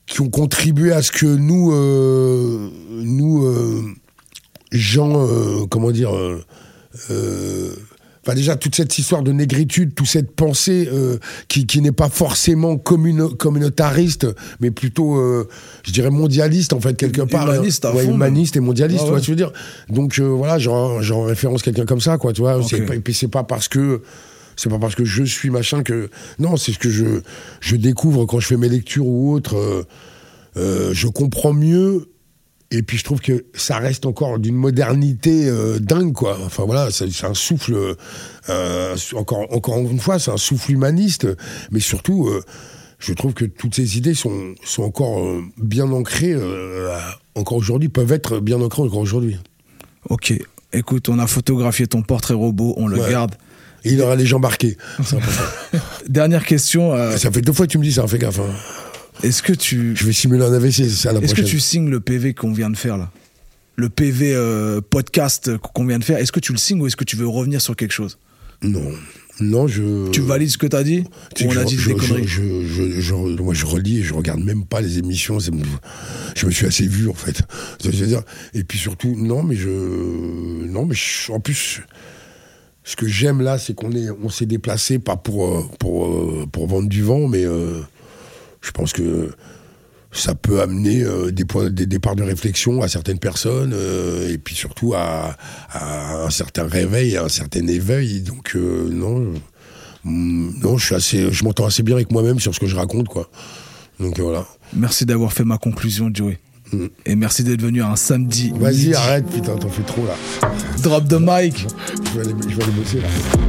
S3: qui ont contribué à ce que nous, euh, nous euh, gens, euh, comment dire, euh, euh, enfin déjà toute cette histoire de négritude, toute cette pensée euh, qui, qui n'est pas forcément communo- communautariste, mais plutôt, euh, je dirais mondialiste en fait quelque part.
S2: Humaniste à
S3: ouais,
S2: fond.
S3: Humaniste et mondialiste,
S2: Ah
S3: tu vois
S2: ouais.
S3: ce que je veux dire. Donc euh, voilà, genre, genre en référence quelqu'un comme ça, quoi, tu vois.
S2: Okay.
S3: C'est pas, et puis c'est pas parce que c'est pas parce que je suis machin que non, c'est ce que je je découvre quand je fais mes lectures ou autres. Euh, euh, je comprends mieux. Et puis je trouve que ça reste encore d'une modernité euh, dingue, quoi. Enfin voilà, c'est, c'est un souffle, euh, encore, encore une fois, c'est un souffle humaniste, mais surtout, euh, je trouve que toutes ces idées sont, sont encore euh, bien ancrées, euh, encore aujourd'hui, peuvent être bien ancrées encore aujourd'hui.
S2: Ok, écoute, on a photographié ton portrait robot, on le
S3: Ouais.
S2: garde.
S3: Et il aura les jambes marquées. C'est important.
S2: Dernière question. Euh,
S3: Ça fait deux fois que tu me dis ça, fais gaffe. Hein.
S2: Est-ce que tu...
S3: Je vais simuler un A V C, c'est ça la
S2: Est-ce
S3: prochaine.
S2: que tu signes le P V qu'on vient de faire là? Le P V euh, podcast qu'on vient de faire, est-ce que tu le signes ou est-ce que tu veux revenir sur quelque chose?
S3: Non. Non, je...
S2: Tu valides ce que t'as dit?
S3: Tu sais
S2: Ou on
S3: que
S2: a
S3: je,
S2: dit
S3: je,
S2: des conneries?
S3: je, je, je, je, moi, je relis et je regarde même pas les émissions. C'est, je me suis assez vu, en fait. C'est-à-dire, et puis surtout, non, mais je... Non, mais je, en plus... Ce que j'aime là, c'est qu'on est, on s'est déplacé, pas pour, pour, pour vendre du vent, mais euh, je pense que ça peut amener euh, des, points, des départs de réflexion à certaines personnes, euh, et puis surtout à, à un certain réveil, à un certain éveil. Donc euh, non, non, je suis assez, je m'entends assez bien avec moi-même sur ce que je raconte, quoi. Donc euh, voilà.
S2: Merci d'avoir fait ma conclusion, Joey. Mm. Et merci d'être venu un samedi.
S3: Vas-y,
S2: midi.
S3: arrête, putain, t'en fais trop là.
S2: Drop the mic.
S3: Je vais aller, je vais aller bosser là.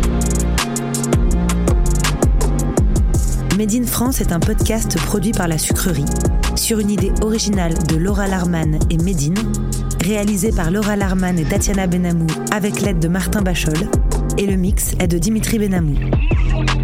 S1: Made in France est un podcast produit par La Sucrerie, sur une idée originale de Laura Larman et Médine, réalisé par Laura Larman et Tatiana Benamou avec l'aide de Martin Bachol, et le mix est de Dimitri Benamou.